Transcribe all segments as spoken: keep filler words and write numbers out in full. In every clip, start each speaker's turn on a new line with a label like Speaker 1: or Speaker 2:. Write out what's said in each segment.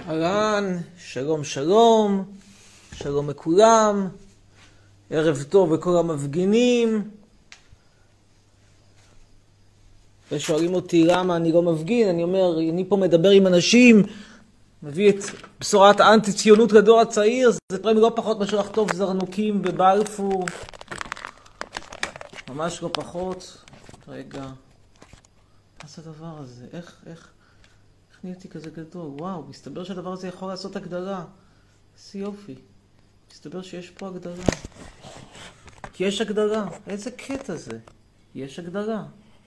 Speaker 1: אהלן, שלום שלום, שלום לכולם, ערב טוב לכל המפגינים. ושואלים אותי למה אני לא מפגין, אני אומר, אני פה מדבר עם אנשים, מביא את בשורת האנטי-ציונות לדור הצעיר, זה פרמי לא פחות מאשר לחטוף זרנוקים בבלפור, ממש לא פחות. רגע, מה זה הדבר הזה? איך, איך? איך נהייתי כזה גדול? וואו, מסתבר שהדבר הזה יכול לעשות הגדרה. איזה יופי. מסתבר שיש פה הגדרה. כי יש הגדרה. איזה קטע זה? יש הגדרה.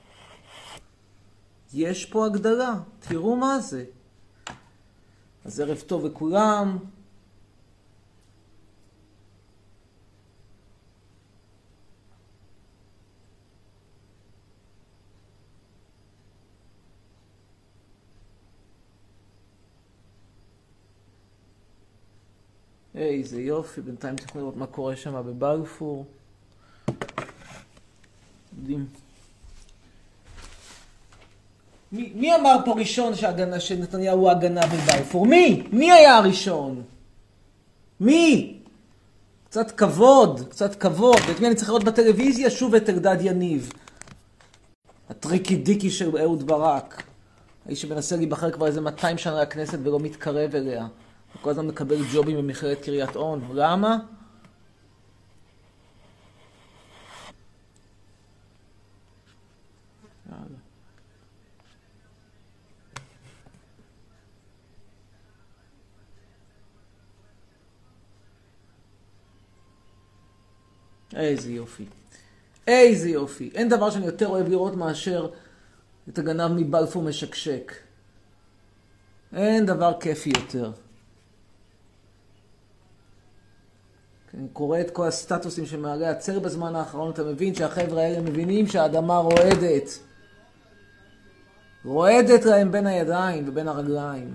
Speaker 1: יש פה הגדרה. תראו מה זה. אז ערב טוב לכולם. איזה יופי, בינתיים תוכלו לראות מה קורה שם בבלפור. יודעים. מי, מי אמר פה ראשון שהגנה, שנתניהו הוא הגנה בבלפור? מי? מי היה הראשון? מי? קצת כבוד, קצת כבוד. את מי אני צריך לראות בטלוויזיה? שוב את אלדד יניב. הטריקי דיקי של אהוד ברק. האיש שמנסה להיבחר כבר איזה מאתיים שנה לכנסת ולא מתקרב אליה. וכל הזמן מקבל ג'ובים במכללת קריית און. למה? איזה יופי. איזה יופי. אין דבר שאני יותר אוהב לראות מאשר את הגנב מבלפור משקשק. אין דבר כיפי יותר. אני קורא את כל הסטטוסים שמעלה עצר בזמן האחרון, אתה מבין שהחבר'ה האלה מבינים שהאדמה רועדת. רועדת להם בין הידיים ובין הרגליים.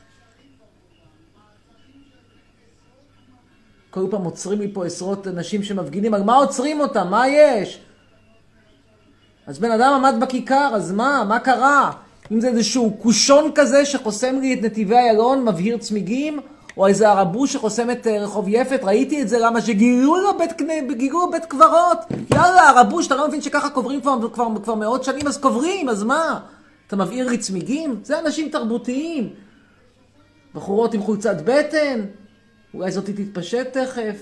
Speaker 1: כל פעם עוצרים לי פה עשרות אנשים שמפגינים, על מה עוצרים אותם? מה יש? אז בן אדם עמד בכיכר, אז מה? מה קרה? אם זה איזשהו קושון כזה שחוסם לי את נתיבי איילון, מבהיר צמיגים, או איזה הרבוש שחוסם את רחוב יפת, ראיתי את זה, למה שגילו לו בית, גילו לו בית קברות. יאללה, הרבוש, אתה לא מבין שככה קוברים כבר, כבר, כבר מאות שנים, אז קוברים, אז מה? אתה מבהיר לי צמיגים? זה אנשים תרבותיים. בחורות עם חולצת בטן, אולי זאת תתפשט תכף.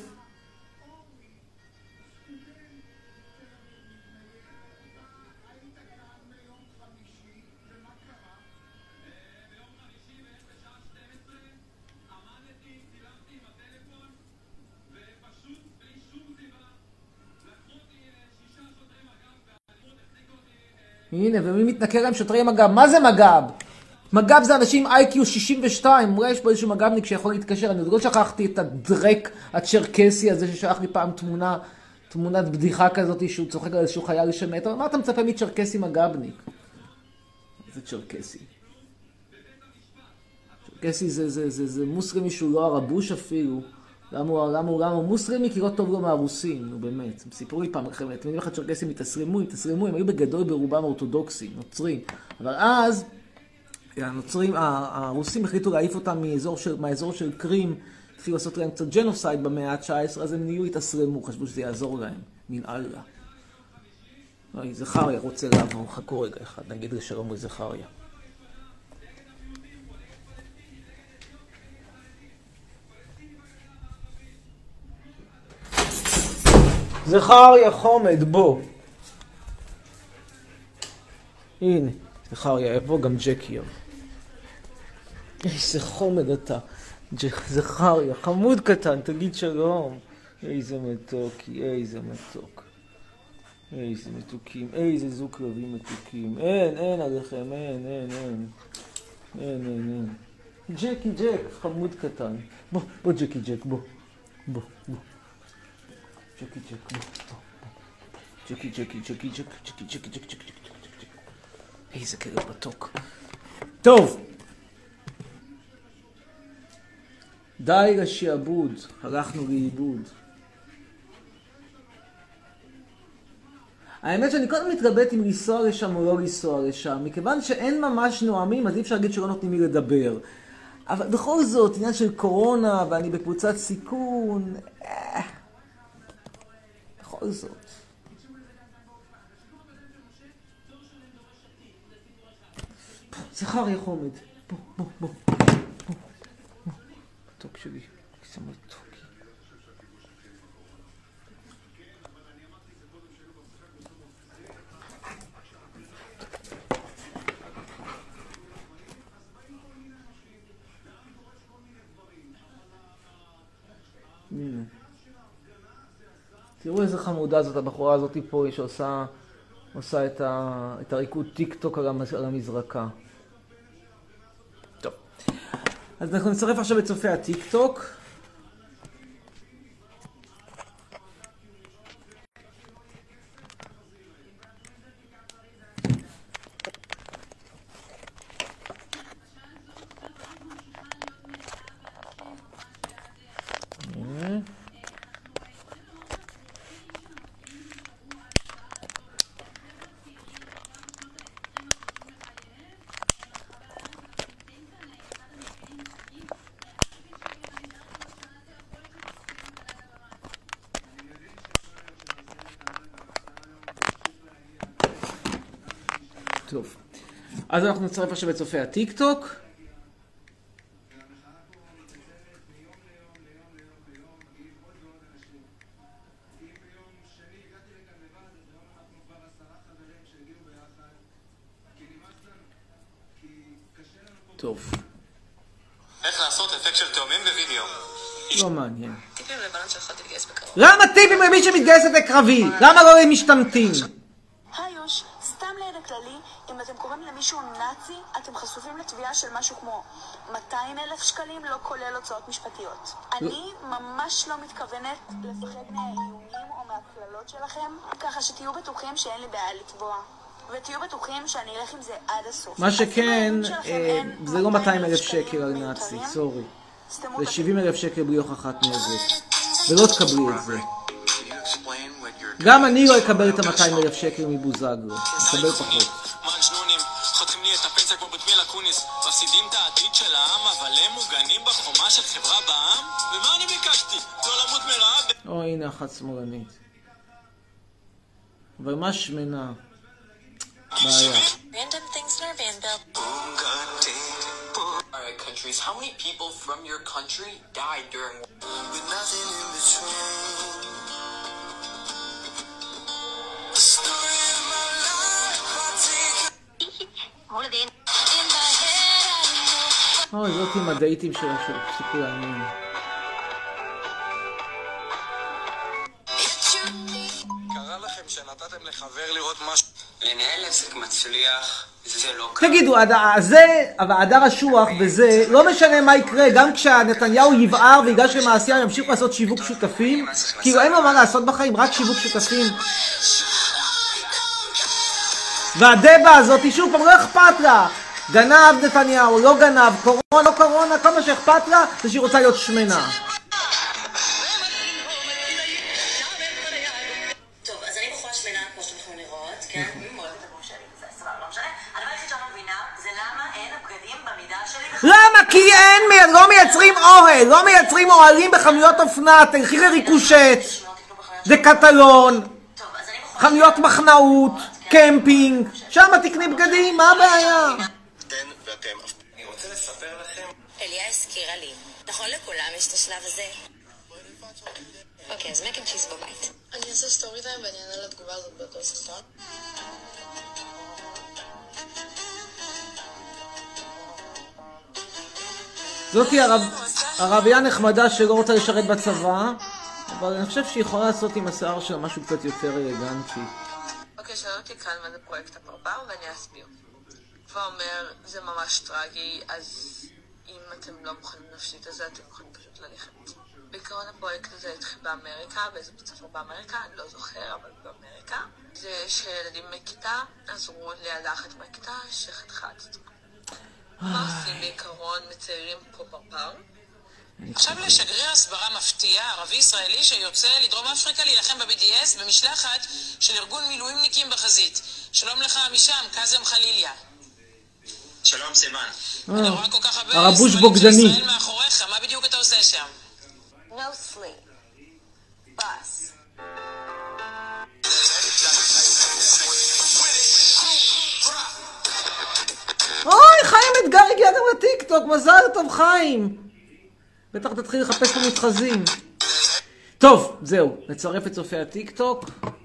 Speaker 1: הנה, ומי מתנכר להם? שוטרי מג"ב. מה זה מג"ב? מג"ב זה אנשים איי קיו שישים ושתיים. אולי יש פה איזשהו מג"בניק שיכול להתקשר. אני עוד לא שכחתי את הדרק הצ'רקסי הזה ששלח לי פעם תמונה, תמונת בדיחה כזאת שהוא צוחק על איזשהו חייל שמת. מה אתה מצפה מצ'רקסי מג"בניק? זה צ'רקסי. צ'רקסי זה, זה, זה, זה מוסלמי שהוא לא הרבוש אפילו. למה הוא, למה הוא, למה הוא מוסלמי? כי לא טוב לו מהרוסים, נו באמת. הם סיפרו לי פעם לכם, אתם יודעים איך הצ'רקסים התאסלמו, התאסלמו, הם היו בגדול ברובם אורתודוקסים, נוצרים. אבל אז, הנוצרים, הרוסים החליטו להעיף אותם מאזור של, מהאזור של קרים, התחילו לעשות להם קצת ג'נוסייד במאה ה-תשע עשרה, אז הם נהיו התאסלמו, חשבו שזה יעזור להם, מן אללה. אוי, זכריה רוצה לעבור, חכו רגע אחד, נגיד לשלום לזכריה. זכריה חומד, בוא. הנה, זכריה יבוא, גם ג'קי יבוא. איזה חומד אתה. זכריה, חמוד קטן, תגיד שלום. איזה מתוקי, איזה מתוק. איזה מתוקים, איזה זוג כלבים מתוקים. אין, אין עליכם, אין, אין, אין. אין, אין, אין. ג'קי ג'ק, חמוד קטן. בוא, בוא ג'קי ג'ק, בוא. בוא, בוא. ג'קי ג'ק, בוא, בוא, בוא. ג'קי ג'קי, ג'קי ג'ק, ג'קי ג'קי ג'ק, ג'ק ג'ק ג'ק ג'ק. איזה כלב מתוק. טוב. די לשעבוד, הלכנו לאיבוד. האמת שאני קודם מתלבט אם לנסוע לשם או לא לנסוע לשם, מכיוון שאין ממש נואמים, אז אי אפשר להגיד שלא נותנים לי לדבר. אבל בכל זאת, עניין של קורונה, ואני בקבוצת סיכון, אה, בכל זאת. זכר יחומד, בוא, בוא, בוא, בוא, בוא, מתוק שלי, כיסה מתוקי. הנה. תראו איזה חמודה זאת, הבחורה הזאת פה, שעושה עושה את, ה, את הריקוד טיק טוק על המזרקה. טוב. אז אנחנו נצטרף עכשיו לצופי הטיק טוק. טוב. אז אנחנו נצטרף עכשיו לצופי הטיק טוק. טוב.
Speaker 2: איך לעשות אפקט של תאומים בווידאו?
Speaker 1: לא מעניין.
Speaker 2: טיפים לבנות שיכולת להתגייס בקרוב.
Speaker 1: למה טיפים למי שמתגייסת לקרבי? למה לא למשתמטים?
Speaker 3: היוש, סתם לידע כללי, אם אתם קוראים למישהו נאצי, אתם חשופים לתביעה של משהו כמו מאתיים אלף שקלים, לא כולל הוצאות משפטיות. אני ממש לא מתכוונת לפחד מהאיומים או מהכללות שלכם, ככה שתהיו בטוחים שאין לי בעיה לתבוע. ותהיו בטוחים שאני אלך עם זה עד הסוף.
Speaker 1: מה שכן, זה לא מאתיים אלף שקל על נאצי, סורי. זה שבעים אלף שקל בלי הוכחת נזק. ולא תקבלי את זה. גם אני לא אקבל את ה-מאתיים אלף שקל מבוזגלו. אקבל פחות.
Speaker 2: מג'נונים, חותכים לי את הפנסיה כמו בטמיל אקוניס. מפסידים את העתיד של העם, אבל הם מוגנים בחומה של חברה בעם? ומה אני ביקשתי? לא למות מרעב?
Speaker 1: או, הנה אחת שמאלנית. אבל מה שמנה? בעיה.
Speaker 3: Random things in our van bill.
Speaker 2: Alright, countries, how many people from your country died during with nothing in between? The story of my life, I take
Speaker 3: מולדין.
Speaker 1: אוי, זאת עם הדייטים שלה שהפסיקו לעניין.
Speaker 2: קרה לכם שנתתם לחבר לראות משהו? לנהל עסק מצליח, זה לא קרה.
Speaker 1: תגידו, זה, הוועדה רשוח וזה, לא משנה מה יקרה, גם כשנתניהו יבער ויגש למעשייה, ימשיך לעשות שיווק שותפים, כאילו אין לו מה לעשות בחיים, רק שיווק שותפים. והדבה הזאת, שוב פעם, לא אכפת לה. גנב נתניהו, לא גנב, קורונה, לא קורונה, כל מה שאכפת לה זה שהיא רוצה להיות שמנה.
Speaker 3: טוב, אז אני בחורה שמנה, כמו שאתם יכולים לראות, כן? מאוד את הגוף שלי, זה סבבה, לא משנה. הדבר היחיד שאני לא מבינה, זה למה אין הבגדים במידה שלי.
Speaker 1: למה? כי אין, לא מייצרים אוהל, לא מייצרים אוהלים בחנויות אופנה, תלכי לריקושט, דקטלון, חנויות מחנאות, קמפינג, שם תקני בגדים, מה הבעיה?
Speaker 2: אתן ואתם. אני רוצה לספר לכם.
Speaker 3: אליה הזכירה לי. נכון לכולם יש את השלב הזה? אוקיי, אז מק אנד צ'יז בבית.
Speaker 4: אני אעשה סטורי טיים ואני אענה לתגובה הזאת באותו סרטון.
Speaker 1: זאתי ערבייה נחמדה שלא רוצה לשרת בצבא, אבל אני חושב שהיא יכולה לעשות עם השיער שלה משהו קצת יותר אלגנטי.
Speaker 4: אוקיי, שאלו אותי כאן מה זה פרויקט הפרבר ואני אסביר. כבר אומר, זה ממש טרגי, אז אם אתם לא מוכנים נפשית לזה, אתם יכולים פשוט ללכת. בעיקרון הפרויקט הזה התחיל באמריקה, באיזה בית ספר באמריקה, אני לא זוכר, אבל באמריקה. זה שילדים מכיתה עזרו לילדה אחת מהכיתה שחתכה את עצמה. מה עושים בעיקרון מציירים פה פרפר? עכשיו לשגריר הסברה מפתיע, ערבי ישראלי שיוצא לדרום אפריקה להילחם ב-בי די אס במשלחת של ארגון מילואימניקים בחזית. שלום לך משם, קאזם חליליה.
Speaker 2: שלום סימן.
Speaker 1: אה,
Speaker 2: אני רואה כל כך הרבה
Speaker 1: הרבוש
Speaker 2: ישראלים
Speaker 1: בוגדני.
Speaker 2: של ישראל מאחוריך, מה בדיוק אתה עושה שם?
Speaker 3: No sleep. Bus.
Speaker 1: אוי, חיים אתגר הגיע גם לטיקטוק, מזל טוב חיים. בטח תתחיל לחפש פה מתחזים. טוב, זהו, נצרף את צופי הטיקטוק.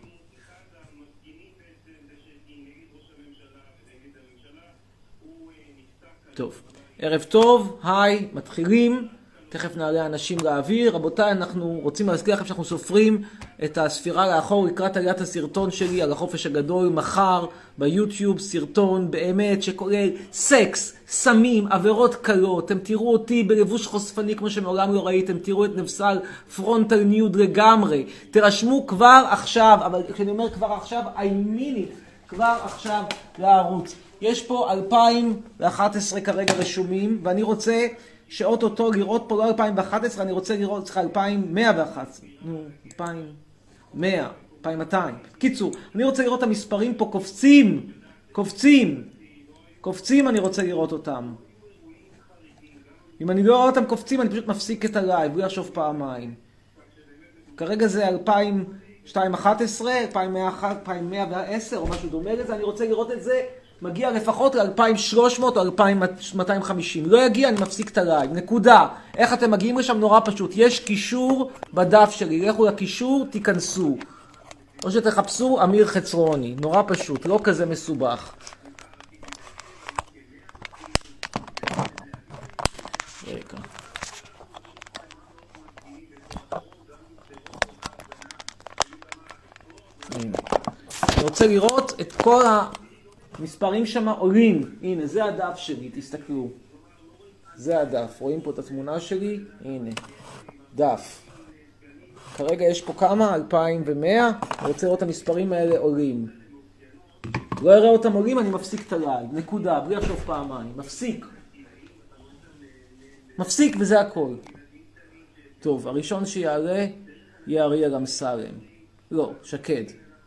Speaker 1: טוב, ערב טוב, היי, מתחילים. תכף נעלה אנשים לאוויר. רבותיי, אנחנו רוצים להזכיר לכם שאנחנו סופרים את הספירה לאחור לקראת עליית הסרטון שלי על החופש הגדול מחר ביוטיוב, סרטון באמת שכולל סקס, סמים, עבירות קלות. אתם תראו אותי בלבוש חושפני כמו שמעולם לא ראיתם, תראו את נפסל פרונטל ניוד לגמרי. תרשמו כבר עכשיו, אבל כשאני אומר כבר עכשיו, I mean it, כבר עכשיו לערוץ. יש פה אלפיים ואחת עשרה כרגע רשומים, ואני רוצה שאוטוטו לראות פה לא אלפיים ואחת עשרה, אני רוצה לראות אצלך אלפיים מאה ואחת עשרה. נו, אלפיים מאה, אלפיים מאתיים. קיצור, אני רוצה לראות את המספרים פה קופצים, קופצים, קופצים אני רוצה לראות אותם. אם אני לא רואה אותם קופצים, אני פשוט מפסיק את הלייב, בלי לחשוב פעמיים. כרגע זה אלפיים ואחת עשרה, אלפיים מאה ועשר או משהו דומה לזה, אני רוצה לראות את זה מגיע לפחות ל-אלפיים ושלוש מאות או אלפיים מאתיים וחמישים. לא יגיע, אני מפסיק את הלייב. נקודה. איך אתם מגיעים לשם? נורא פשוט. יש קישור בדף שלי. לכו לקישור, תיכנסו. או שתחפשו אמיר חצרוני. נורא פשוט, לא כזה מסובך. רגע. הנה. אני רוצה לראות את כל ה... מספרים שם עולים. הנה, זה הדף שלי, תסתכלו. זה הדף. רואים פה את התמונה שלי? הנה. דף. כרגע יש פה כמה? אלפיים ומאה. אני רוצה לראות את המספרים האלה עולים. לא אראה אותם עולים, אני מפסיק את הלייב. נקודה, בלי לחשוב פעמיים. מפסיק. מפסיק וזה הכל. טוב, הראשון שיעלה יהיה אריאל אמסלם. לא, שקד.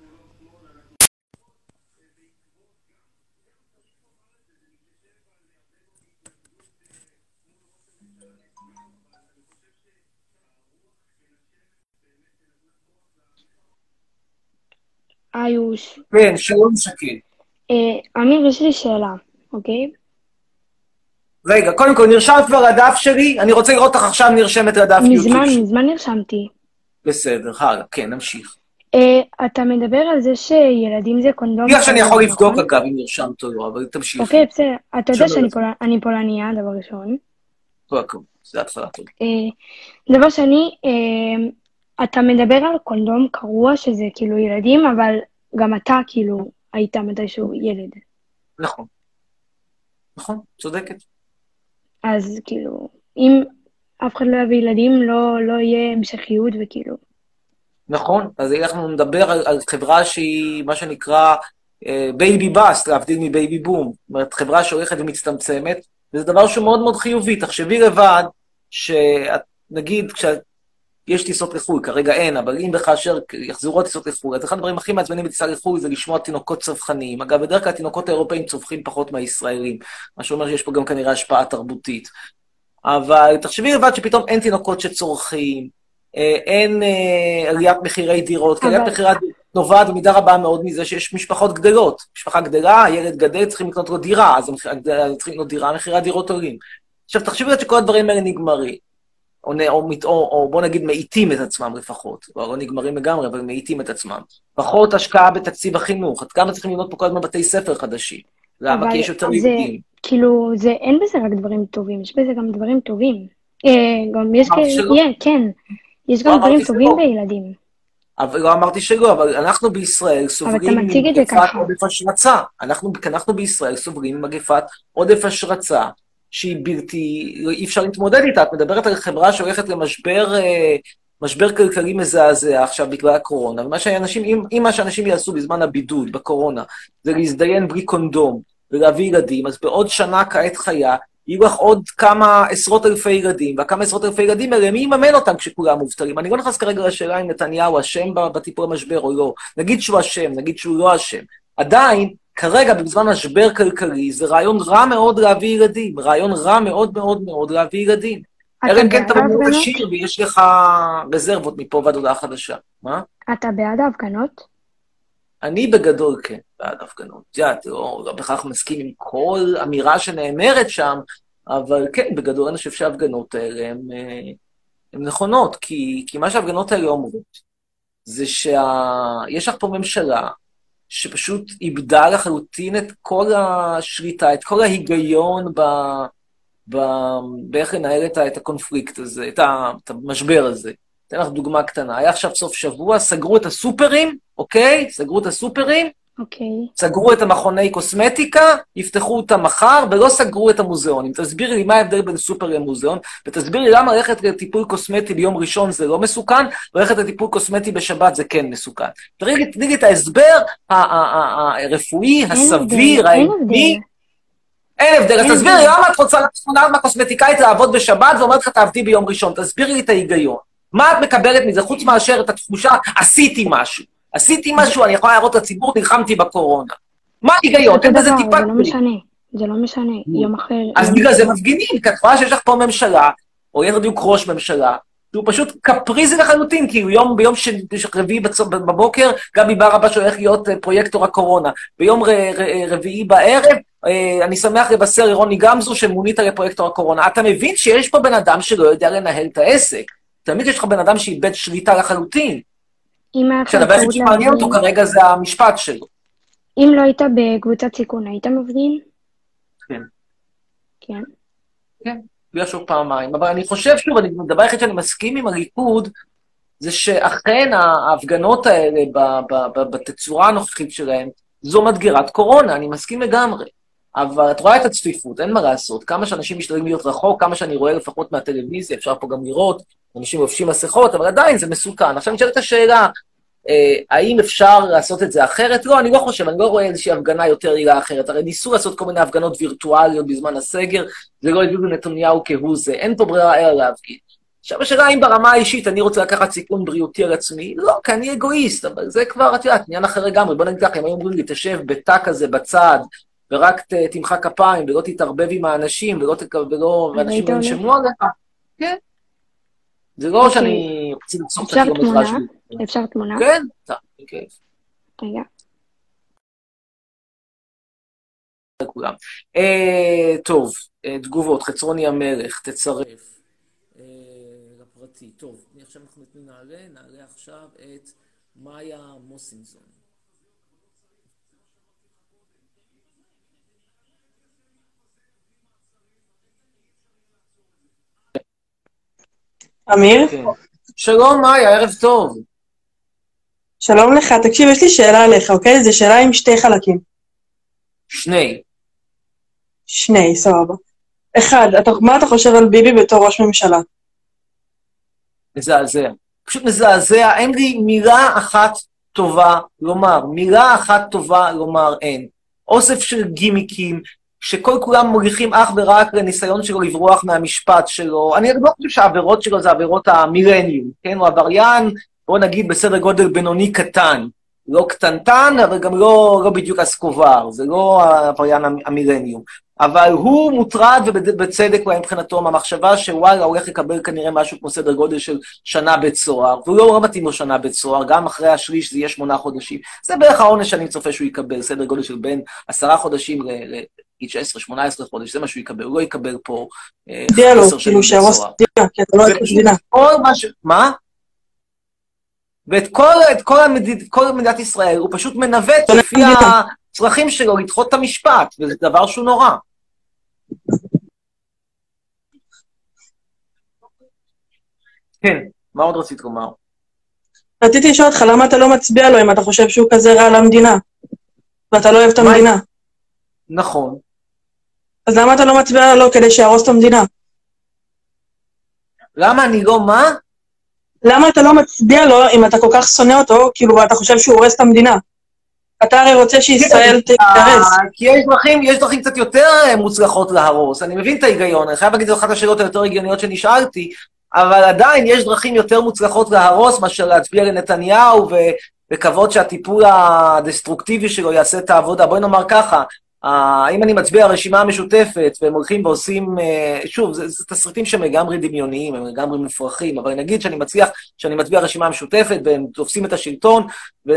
Speaker 5: איוש.
Speaker 1: כן, שלום שקד.
Speaker 5: אה, אמיר, יש לי שאלה, אוקיי?
Speaker 1: רגע, קודם כל, נרשם כבר לדף שלי? אני רוצה לראות אותך עכשיו נרשמת לדף יוטיוב.
Speaker 5: מזמן, מזמן נרשמתי.
Speaker 1: בסדר, הלאה, כן, נמשיך.
Speaker 5: אה, אתה מדבר על זה שילדים זה קונדום...
Speaker 1: בגלל שאני יכול לבדוק אגב אם נרשמת או לא, אבל תמשיך.
Speaker 5: אוקיי, בסדר. אתה יודע שאני פול... אני פולניה, דבר ראשון.
Speaker 1: כל הכל, זה התחלה טוב.
Speaker 5: אה, דבר שני, אה, אתה מדבר על קונדום קרוע שזה כאילו ילדים, אבל גם אתה כאילו היית מתישהו ילד.
Speaker 1: נכון. נכון, צודקת.
Speaker 5: אז כאילו, אם אף אחד לא יביא ילדים, לא, לא יהיה המשכיות וכאילו.
Speaker 1: נכון, אז אנחנו נדבר על, על חברה שהיא מה שנקרא בייבי באסט, להבדיל מבייבי בום. זאת אומרת, חברה שהולכת ומצטמצמת, וזה דבר שהוא מאוד מאוד חיובי. תחשבי לבד, שנגיד, כשאת יש טיסות לחו"ל, כרגע אין, אבל אם וכאשר יחזרו טיסות לחו"ל, אז אחד הדברים הכי מעצבנים בטיסה לחו"ל זה לשמוע תינוקות צווחניים. אגב, בדרך כלל התינוקות האירופאים צווחים פחות מהישראלים, מה שאומר שיש פה גם כנראה השפעה תרבותית. אבל תחשבי לבד שפתאום אין תינוקות שצורכים, אין עליית מחירי דירות, כי עליית מחירי דירות נובעת במידה רבה מאוד מזה שיש משפחות גדלות. משפחה גדלה, ילד גדל, צריכים לקנות לו דירה, אז צריכים לקנות דירה, מחירי הדירות עולים. עכשיו, תחשבי לבד שכל הדברים האלה נגמרים. או, או, או, או בוא נגיד מאיטים את עצמם לפחות, או לא נגמרים לגמרי, אבל מאיטים את עצמם. פחות השקעה בתקציב החינוך, עד כמה צריכים לבנות פה כל הזמן בתי ספר חדשים. למה? כי יש יותר ילדים.
Speaker 5: כאילו, זה, אין בזה רק דברים טובים, יש בזה גם דברים טובים. אה, גם יש כאלה, כן, יש גם דברים טובים בילדים.
Speaker 1: אבל לא אמרתי שלא, אבל אנחנו בישראל סובלים ממגפת עודף השרצה. אנחנו, אנחנו בישראל סובלים ממגפת עודף השרצה. שהיא בלתי, אי אפשר להתמודד איתה. את מדברת על חברה שהולכת למשבר, משבר כלכלי מזעזע עכשיו בגלל הקורונה, ומה שאנשים, אם, אם מה שאנשים יעשו בזמן הבידוד, בקורונה, זה להזדיין בלי קונדום, ולהביא ילדים, אז בעוד שנה כעת חיה, יהיו לך עוד כמה עשרות אלפי ילדים, וכמה עשרות אלפי ילדים האלה, מי יממן אותם כשכולם מובטלים? אני לא נכנס כרגע לשאלה אם נתניהו אשם בטיפול המשבר או לא. נגיד שהוא אשם, נגיד שהוא לא אשם. עדיין, כרגע, בזמן משבר כלכלי, זה רעיון רע מאוד להביא ילדים, רעיון רע מאוד מאוד מאוד להביא ילדים. אלא אם כן אתה מאוד עשיר ויש לך רזרבות מפה ועד הודעה חדשה. מה?
Speaker 5: אתה בעד ההפגנות?
Speaker 1: אני בגדול כן, בעד הפגנות. יודעת, לא בכך מסכים עם כל אמירה שנאמרת שם, אבל כן, בגדול אני חושב שההפגנות האלה הן נכונות, כי, כי מה שההפגנות האלה אומרות, זה שיש לך פה ממשלה, שפשוט איבדה לחלוטין את כל השליטה, את כל ההיגיון ב... ב... באיך לנהל את, את הקונפליקט הזה, את, ה... את המשבר הזה. אתן לך דוגמה קטנה. היה עכשיו סוף שבוע, סגרו את הסופרים, אוקיי? סגרו את הסופרים,
Speaker 5: אוקיי.
Speaker 1: סגרו את המכוני קוסמטיקה, יפתחו אותם מחר, ולא סגרו את המוזיאונים. תסבירי לי מה ההבדל בין סופר למוזיאון, ותסבירי לי למה ללכת לטיפול קוסמטי ביום ראשון זה לא מסוכן, וללכת לטיפול קוסמטי בשבת זה כן מסוכן. תראי לי את ההסבר הרפואי, הסביר, העמדי. אין הבדל. אז תסבירי לי למה את רוצה לתכונה מהקוסמטיקאית לעבוד בשבת, ואומרת לך תעבדי ביום ראשון. תסבירי לי את ההיגיון. מה את מקבלת מזה, חוץ מאשר את התחושה, עשיתי משהו. עשיתי משהו, אני יכולה להראות לציבור, נלחמתי בקורונה. מה ההיגיון? אין בזה טיפה...
Speaker 5: זה לא משנה, זה לא משנה, יום אחר...
Speaker 1: אז בגלל זה מפגינים, כי את יכולה שיש לך פה ממשלה, או יתר דיוק ראש ממשלה, שהוא פשוט קפריזי לחלוטין, כי יום, ביום רביעי בבוקר, גבי ברבש הולך להיות פרויקטור הקורונה. ביום רביעי בערב, אני שמח לבשר לרוני גמזו שמונית לפרויקטור הקורונה. אתה מבין שיש פה בן אדם שלא יודע לנהל את העסק. תמיד יש לך בן אדם שאיבד שליטה לחלוטין. שהדבר הכי שמעניין אותו כרגע זה המשפט שלו.
Speaker 5: אם לא היית בקבוצת סיכון, היית מפגין?
Speaker 1: כן.
Speaker 5: כן?
Speaker 1: כן, בגלל שוב פעמיים. אבל אני חושב שוב, הדבר היחיד שאני מסכים עם הליכוד, זה שאכן ההפגנות האלה בתצורה הנוכחית שלהם, זו מדגרת קורונה, אני מסכים לגמרי. אבל את רואה את הצפיפות, אין מה לעשות. כמה שאנשים משתדלים להיות רחוק, כמה שאני רואה לפחות מהטלוויזיה, אפשר פה גם לראות, אנשים לובשים מסכות, אבל עדיין זה מסוכן. עכשיו נשאלת השאלה, אה, האם אפשר לעשות את זה אחרת? לא, אני לא חושב, אני לא רואה איזושהי הפגנה יותר עילה אחרת. הרי ניסו לעשות כל מיני הפגנות וירטואליות בזמן הסגר, זה לא הביאו לנתניהו כהוא זה, אין פה ברירה אלא להפגין. עכשיו השאלה, האם ברמה האישית אני רוצה לקחת סיכון בריאותי על עצמי? לא, כי אני אגואיסט, אבל זה כבר, את יודעת, עניין אחר לגמרי. בוא נגיד ככה, אם היו אומרים לי, תשב בתא כזה בצד, ורק תמחא כפיים, ולא תתערבב עם האנשים, ולא תקבלו, ואנשים לא ינשמו עליך. כן. זה לא שאני רוצה לצורך את הקילומטרה שלי.
Speaker 5: אפשר תמונה?
Speaker 1: כן, כן.
Speaker 5: רגע.
Speaker 1: טוב, תגובות, חצרוני המלך, תצרף. לפרטי. טוב, עכשיו אנחנו נעלה, נעלה עכשיו את מאיה מוסינזון.
Speaker 6: אמיר?
Speaker 1: שלום מאיה, ערב טוב.
Speaker 6: שלום לך, תקשיב, יש לי שאלה עליך, אוקיי? זו שאלה עם שתי חלקים.
Speaker 1: שני.
Speaker 6: שני, סבבה. אחד, אתה, מה אתה חושב על ביבי בתור ראש ממשלה?
Speaker 1: מזעזע. פשוט מזעזע, אין לי מילה אחת טובה לומר. מילה אחת טובה לומר אין. אוסף של גימיקים, שכל כולם מוליכים אך ורק לניסיון שלו לברוח מהמשפט שלו. אני לא חושב שהעבירות שלו זה עבירות המילניום, כן? הוא עבריין, בוא נגיד בסדר גודל בינוני קטן. לא קטנטן, אבל גם לא, לא בדיוק אסקובר, זה לא העבריין המילניום. אבל הוא מוטרד ובצדק אולי מבחינתו מהמחשבה שוואלה, הוא הולך לקבל כנראה משהו כמו סדר גודל של שנה בית סוהר, והוא לא מתאים לו שנה בית סוהר, גם אחרי השליש זה יהיה שמונה חודשים. זה בערך העונש שאני צופה שהוא יקבל, סדר גודל של בין עשרה חודשים ל-תשע עשרה שמונה עשרה חודש, זה מה שהוא יקבל, הוא לא יקבל פה עשר שנים בית סוהר. מה? ואת כל, את כל, המדיד, כל מדינת ישראל, הוא פשוט מנווט לפי הצרכים שלו, לדחות את המשפט, וזה דבר שהוא נורא. כן, מה עוד רצית לומר?
Speaker 6: רציתי לשאול אותך, למה אתה לא מצביע לו אם אתה חושב שהוא כזה רע למדינה? ואתה לא אוהב את המדינה?
Speaker 1: נכון.
Speaker 6: אז למה אתה לא מצביע לו כדי שיהרוס את המדינה?
Speaker 1: למה אני לא מה?
Speaker 6: למה אתה לא מצביע לו אם אתה כל כך שונא אותו, כאילו, ואתה חושב שהוא הורס את המדינה? אתה הרי רוצה שישראל תתרס.
Speaker 1: כי יש דרכים, יש דרכים קצת יותר מוצלחות להרוס. אני מבין את ההיגיון, אני חייב להגיד, זו אחת השאלות היותר הגיוניות שנשאלתי, אבל עדיין יש דרכים יותר מוצלחות להרוס, מאשר להצביע לנתניהו לקוות שהטיפול הדסטרוקטיבי שלו יעשה את העבודה. בואי נאמר ככה, אם אני מצביע הרשימה המשותפת, והם הולכים ועושים, שוב, זה, זה תסריטים שהם לגמרי דמיוניים, הם לגמרי מופרכים, אבל נגיד שאני מצליח, שאני מצביע הרשימה המשותפת, והם תופסים את השלטון,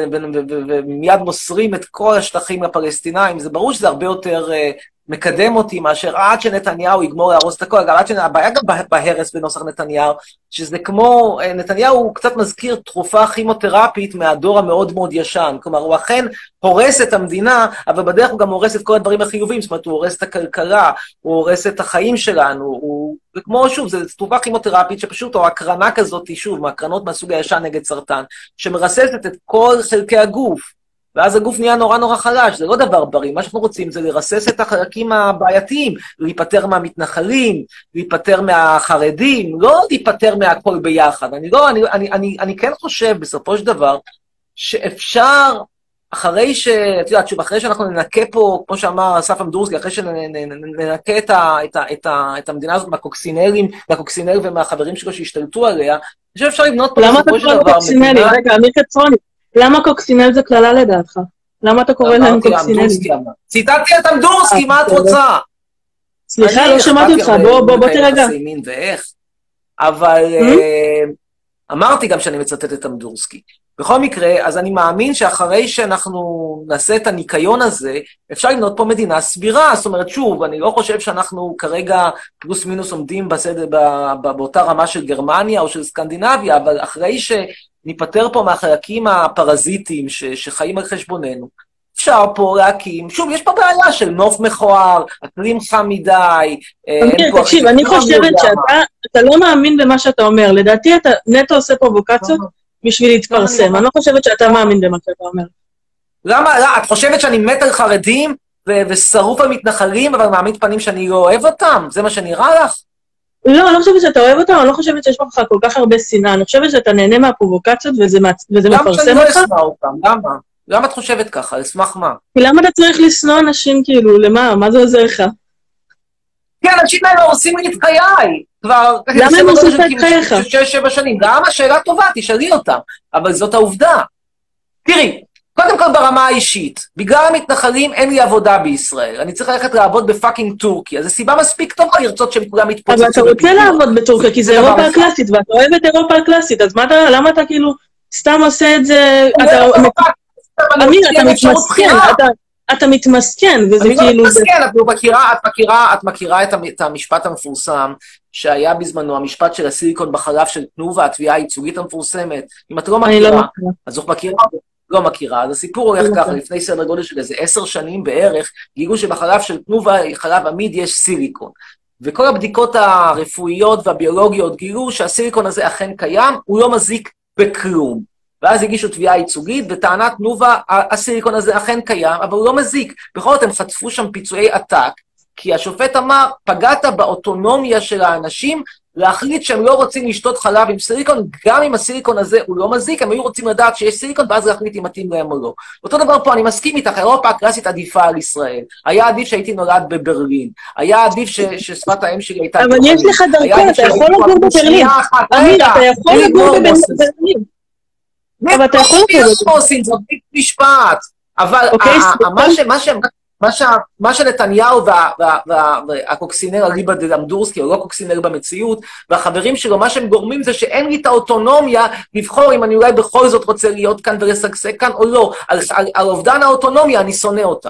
Speaker 1: ומיד מוסרים את כל השטחים לפלסטינאים, זה ברור שזה הרבה יותר מקדם אותי, מאשר עד שנתניהו יגמור להרוס את הכל. עד שהבעיה גם בהרס בנוסח נתניהו, שזה כמו, נתניהו הוא קצת מזכיר תרופה כימותרפית מהדור המאוד מאוד ישן, כלומר הוא אכן הורס את המדינה, אבל בדרך הוא גם הורס את כל הדברים החיוביים, זאת אומרת הוא הורס את הכלכלה, הוא הורס את החיים שלנו, הוא, וכמו שוב, זה תרופה כימותרפית שפשוט, או הקרנה כזאת, שוב, מהקרנות מהסוג הישן נגד סרטן, שמרססת את כל חלקי הגוף, ואז הגוף נהיה נורא נורא חלש, זה לא דבר בריא, מה שאנחנו רוצים זה לרסס את החלקים הבעייתיים, להיפטר מהמתנחלים, להיפטר מהחרדים, לא להיפטר מהכל ביחד. אני, לא, אני, אני, אני, אני כן חושב בסופו של דבר, שאפשר, אחרי ש... את יודעת, שוב, אחרי שאנחנו ננקה פה, כמו שאמר אסף אמדורסקי, אחרי שננקה את, ה, את, ה, את, ה, את המדינה הזאת מהקוקסינרים, מהקוקסינרים ומהחברים שלו שהשתלטו עליה, אני חושב שאפשר לבנות פה בסופו של דבר.
Speaker 6: מדינה... רגע, אמיר חצרוני. למה קוקסינל זה כללה לדעתך? למה אתה קורא להם קוקסינלים?
Speaker 1: ציטטתי את אמדורסקי, מה את רוצה?
Speaker 6: סליחה, לא שמעתי אותך, בוא תרגע.
Speaker 1: אבל אמרתי גם שאני מצטט את אמדורסקי. בכל מקרה, אז אני מאמין שאחרי שאנחנו נעשה את הניקיון הזה, אפשר לבנות פה מדינה סבירה. זאת אומרת, שוב, אני לא חושב שאנחנו כרגע פלוס מינוס עומדים באותה רמה של גרמניה או של סקנדינביה, אבל אחרי ש... ניפטר פה מהחלקים הפרזיטיים ש, שחיים על חשבוננו. אפשר פה להקים, שוב, יש פה בעיה של נוף מכוער, אקלים חם מדי.
Speaker 6: אמיר, תקשיב, אני חושבת שאתה לא מאמין במה שאתה אומר. לדעתי אתה נטו עושה פרובוקציות בשביל להתפרסם. אני לא חושבת שאתה מאמין במה שאתה אומר.
Speaker 1: למה? לא, את חושבת שאני מת על חרדים ושרוף על מתנחלים, אבל מעמיד פנים שאני לא אוהב אותם? זה מה שנראה לך?
Speaker 6: לא, אני לא חושבת שאתה אוהב אותם, אני לא חושבת שיש לך כל כך הרבה שנאה, אני חושבת שאתה נהנה מהפרובוקציות וזה מפרסם אותך.
Speaker 1: למה שאני לא אשנא אותם? למה? למה את חושבת ככה? אשמח מה?
Speaker 6: למה אתה צריך לשנוא אנשים כאילו? למה? מה זה עוזר לך?
Speaker 1: כן, אנשים האלה עושים לי את חיי. כבר...
Speaker 6: למה הם עושים את חייך?
Speaker 1: שש, שבע שנים. גם השאלה טובה, תשאלי אותם. אבל זאת העובדה. תראי, קודם כל ברמה האישית, בגלל המתנחלים אין לי עבודה בישראל, אני צריך ללכת לעבוד בפאקינג טורקיה, זו סיבה מספיק טובה לרצות שהם כולם מתפוצצו.
Speaker 6: אבל אתה רוצה לעבוד בטורקיה, כי זה אירופה הקלאסית, ואתה אוהב את אירופה הקלאסית, אז למה אתה כאילו סתם עושה את זה? אמיר, אתה מתמסכן, אתה מתמסכן, וזה כאילו...
Speaker 1: אני לא מתמסכן, את מכירה את המשפט המפורסם, שהיה בזמנו, המשפט של הסיליקון בחלב של תנובה, התביעה הייצוגית המפורסמת, אם את לא מכירה, אז את מכירה... לא מכירה, אז הסיפור הולך ככה, לפני סדר גודל של איזה עשר שנים בערך, גיגו שבחלב של תנובה, חלב עמיד, יש סיליקון. וכל הבדיקות הרפואיות והביולוגיות גילו שהסיליקון הזה אכן קיים, הוא לא מזיק בכלום. ואז הגישו תביעה ייצוגית, וטענת תנובה, הסיליקון הזה אכן קיים, אבל הוא לא מזיק. בכל זאת הם חטפו שם פיצויי עתק, כי השופט אמר, פגעת באוטונומיה של האנשים, להחליט שהם לא רוצים לשתות חלב עם סיליקון, גם אם הסיליקון הזה הוא לא מזיק, הם היו רוצים לדעת שיש סיליקון, ואז להחליט אם מתאים להם או לא. אותו דבר פה, אני מסכים איתך, אירופה הקלאסית עדיפה על ישראל. היה עדיף שהייתי נולד בברלין. היה עדיף ש, ששפת האם שלי הייתה...
Speaker 6: אבל יש לך דרכון, אתה יכול לגור בברלין. אמיר, אתה יכול לגור בברלין. אבל אתה יכול לגור
Speaker 1: בברלין. זה בית משפט. אבל מה ש... מה, ש... מה שנתניהו וה... וה... וה... והקוקסינר אליבא דאמדורסקי, או לא קוקסינר במציאות, והחברים שלו, מה שהם גורמים זה שאין לי את האוטונומיה לבחור אם אני אולי בכל זאת רוצה להיות כאן ולשגשג כאן או לא. על, על, על אובדן האוטונומיה אני שונא אותה.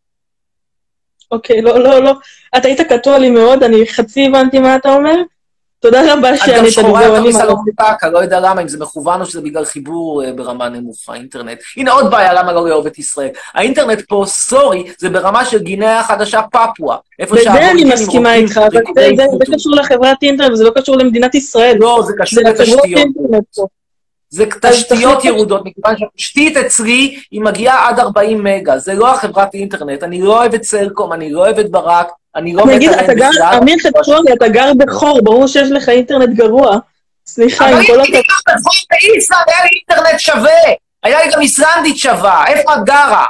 Speaker 6: אוקיי, לא, לא, לא. אתה היית קטוע לי מאוד, אני חצי הבנתי מה אתה אומר. תודה רבה שאני...
Speaker 1: את גם שחורה יותר מסלומטקה, לא יודע למה, אם זה מכוון או שזה בגלל חיבור ברמה נמוכה, האינטרנט. הנה עוד בעיה, למה לא לאהוב את ישראל. האינטרנט פה, סורי, זה ברמה של גינאה החדשה פפואה.
Speaker 6: בזה אני מסכימה איתך, אבל זה קשור לחברת אינטרנט, וזה לא קשור למדינת ישראל.
Speaker 1: לא, זה קשור לתשתיות. זה תשתיות ירודות, מכיוון שהתשתית אצלי היא מגיעה עד ארבעים מגה, זה לא החברת אינטרנט, אני לא אוהב את סלקום, אני לא אוהב את ברק, אני לא
Speaker 6: נגיד, אתה גר, אמיר חצרוני, אתה גר בחור, ברור שיש לך אינטרנט גרוע. סליחה, עם כל
Speaker 1: הכבוד. אבל הייתי גר בחור באיסלנד, היה לי אינטרנט שווה, היה לי גם איסלנדית שווה, איפה את גרה?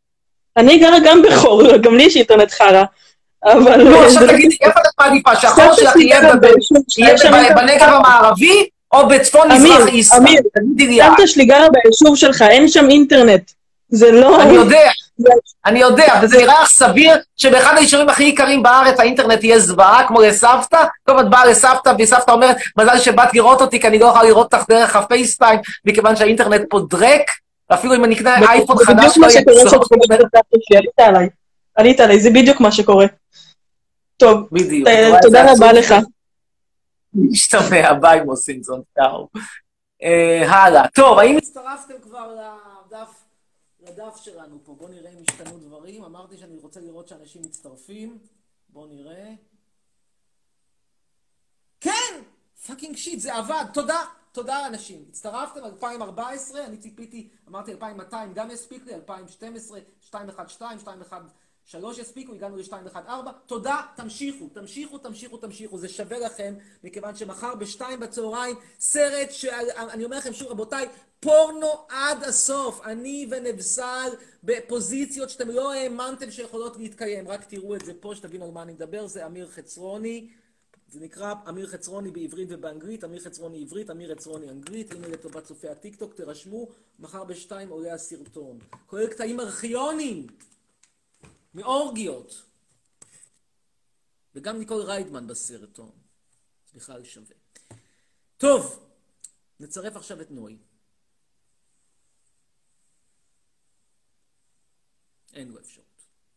Speaker 6: אני גרה גם בחור, גם לי יש אינטרנט חרה. אבל...
Speaker 1: לא, עכשיו תגידי, איפה את מעדיפה, שהחור שלך יהיה בנגב המערבי, או בצפון מזרח ישראל.
Speaker 6: אמיר, אמיר, סבתא שלי גרה ביישוב שלך, אין שם אינטרנט. זה לא...
Speaker 1: אני יודע, אני יודע, וזה נראה לך סביר שבאחד היישובים הכי יקרים בארץ האינטרנט יהיה זוועה, כמו לסבתא, כל את באה לסבתא, וסבתא אומרת, מזל שבאת לראות אותי, כי אני לא יכולה לראות אותך דרך הפייסטיים, מכיוון שהאינטרנט פה דרק, ואפילו אם אני אקנה אייפון חדש לא יצור.
Speaker 6: עלית עליי, זה בדיוק מה שקורה. טוב,
Speaker 1: בדיוק.
Speaker 6: תודה רבה לך.
Speaker 1: משתמע, ביי מוסינזון, טאו. הלאה. טוב, האם הצטרפתם כבר לדף לדף שלנו פה? בואו נראה אם השתנו דברים. אמרתי שאני רוצה לראות שאנשים מצטרפים. בואו נראה. כן! פאקינג שיט, זה עבד. תודה. תודה אנשים. הצטרפתם אלפיים וארבע עשרה, אני ציפיתי, אמרתי אלפיים ומאתיים, גם הספיק לי, אלפיים ושתים עשרה, שתיים אחת שתיים, שתיים אחת שלוש הספיקו, הגענו ל-שתיים אחת ארבע. תודה, תמשיכו, תמשיכו, תמשיכו, תמשיכו. זה שווה לכם, מכיוון שמחר בשתיים בצהריים, סרט שאני אומר לכם שוב, רבותיי, פורנו עד הסוף. אני ונבסל בפוזיציות שאתם לא האמנתם שיכולות להתקיים. רק תראו את זה פה, שתבינו על מה אני מדבר. זה אמיר חצרוני. זה נקרא אמיר חצרוני בעברית ובאנגלית, אמיר חצרוני עברית, אמיר חצרוני אנגלית. הנה לטובת צופי הטיקטוק, תרשמו, מחר בשתיים עולה הסרטון. כולל קטעים ארכיונים. מאורגיות. וגם ניקול ריידמן בסרטון. זה בכלל שווה. טוב, נצרף עכשיו את נוי. אין לו אפשרות.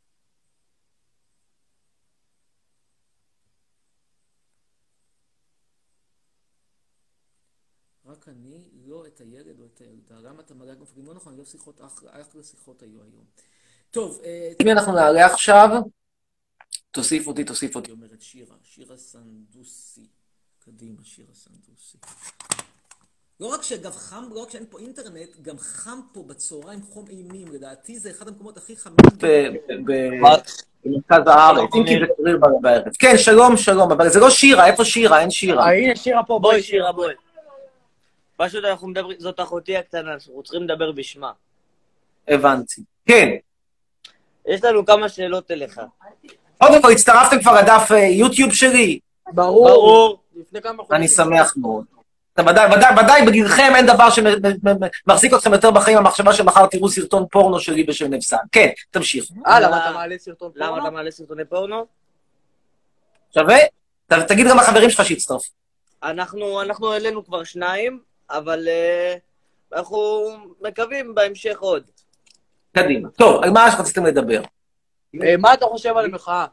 Speaker 1: רק אני, לא את הילד או את הילדה. למה אתה מלא גופים? לא נכון, לא שיחות, אחלה שיחות היו היום. טוב, אם אנחנו נעלה עכשיו, תוסיף אותי, תוסיף אותי, אומרת שירה, שירה סנדוסי. קדימה, שירה סנדוסי. לא רק שאגב חם, לא רק שאין פה אינטרנט, גם חם פה בצהריים חום אימים. לדעתי זה אחד המקומות הכי חמים במרכז הארץ. אם כי זה קריר בערב. כן, שלום, שלום, אבל זה לא שירה, איפה שירה? אין שירה.
Speaker 7: הנה שירה פה, בואי שירה, בואי. פשוט אנחנו מדברים, זאת אחותי הקטנה, אנחנו צריכים לדבר בשמה.
Speaker 1: הבנתי. כן.
Speaker 7: יש לנו כמה שאלות אליך.
Speaker 1: קודם כל, הצטרפתם כבר לדף יוטיוב שלי?
Speaker 7: ברור. ברור.
Speaker 1: אני שמח מאוד. ודאי, ודאי, ודאי, בגילכם אין דבר שמחזיק אתכם יותר בחיים המחשבה שמחר תראו סרטון פורנו שלי בשם נבסל. כן, תמשיכו.
Speaker 7: אה, למה אתה מעלה סרטון פורנו? למה אתה מעלה סרטוני פורנו?
Speaker 1: שווה? תגיד גם לחברים שלך שהצטרף.
Speaker 7: אנחנו, אנחנו העלינו כבר שניים, אבל אנחנו מקווים בהמשך עוד.
Speaker 1: קדימה. טוב, על מה שרציתם לדבר?
Speaker 7: מה אתה חושב על המחאה?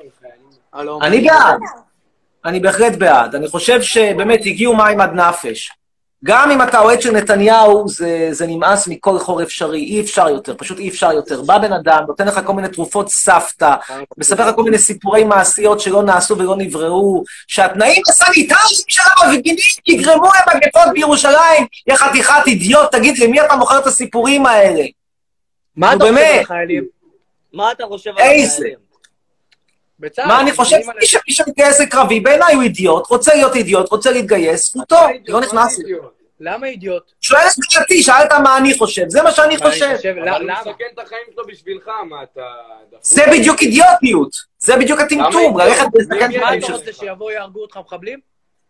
Speaker 1: אני בעד. אני בהחלט בעד. אני חושב שבאמת הגיעו מים עד נפש. גם אם אתה אוהד של נתניהו, זה, זה נמאס מכל חור אפשרי. אי אפשר יותר, פשוט אי אפשר יותר. בא בן אדם, נותן לך כל מיני תרופות סבתא, מספר לך כל מיני סיפורי מעשיות שלא נעשו ולא נבראו, שהתנאים הסניטריים של המפגינים יגרמו למגפות בירושלים. יא חתיכת אידיוט, תגיד, למי אתה מוכר את הסיפורים האלה?
Speaker 7: מה אתה חושב על החיילים? מה אתה חושב על החיילים?
Speaker 1: מה אני חושב? מי שמתגייס לקרבי, בעיניי הוא אידיוט, רוצה להיות אידיוט, רוצה להתגייס, הוא טוב, לא נכנס לי.
Speaker 7: למה אידיוט?
Speaker 1: שואל את דעתי, שאלת מה אני חושב, זה מה שאני חושב.
Speaker 8: אבל הוא מסכן את החיים שלו בשבילך, מה אתה...
Speaker 1: זה בדיוק אידיוטיות, זה בדיוק הטמטום, ללכת ולסכן את החיים שלו.
Speaker 7: מה אתה רוצה שיבואו יהרגו אותך מחבלים?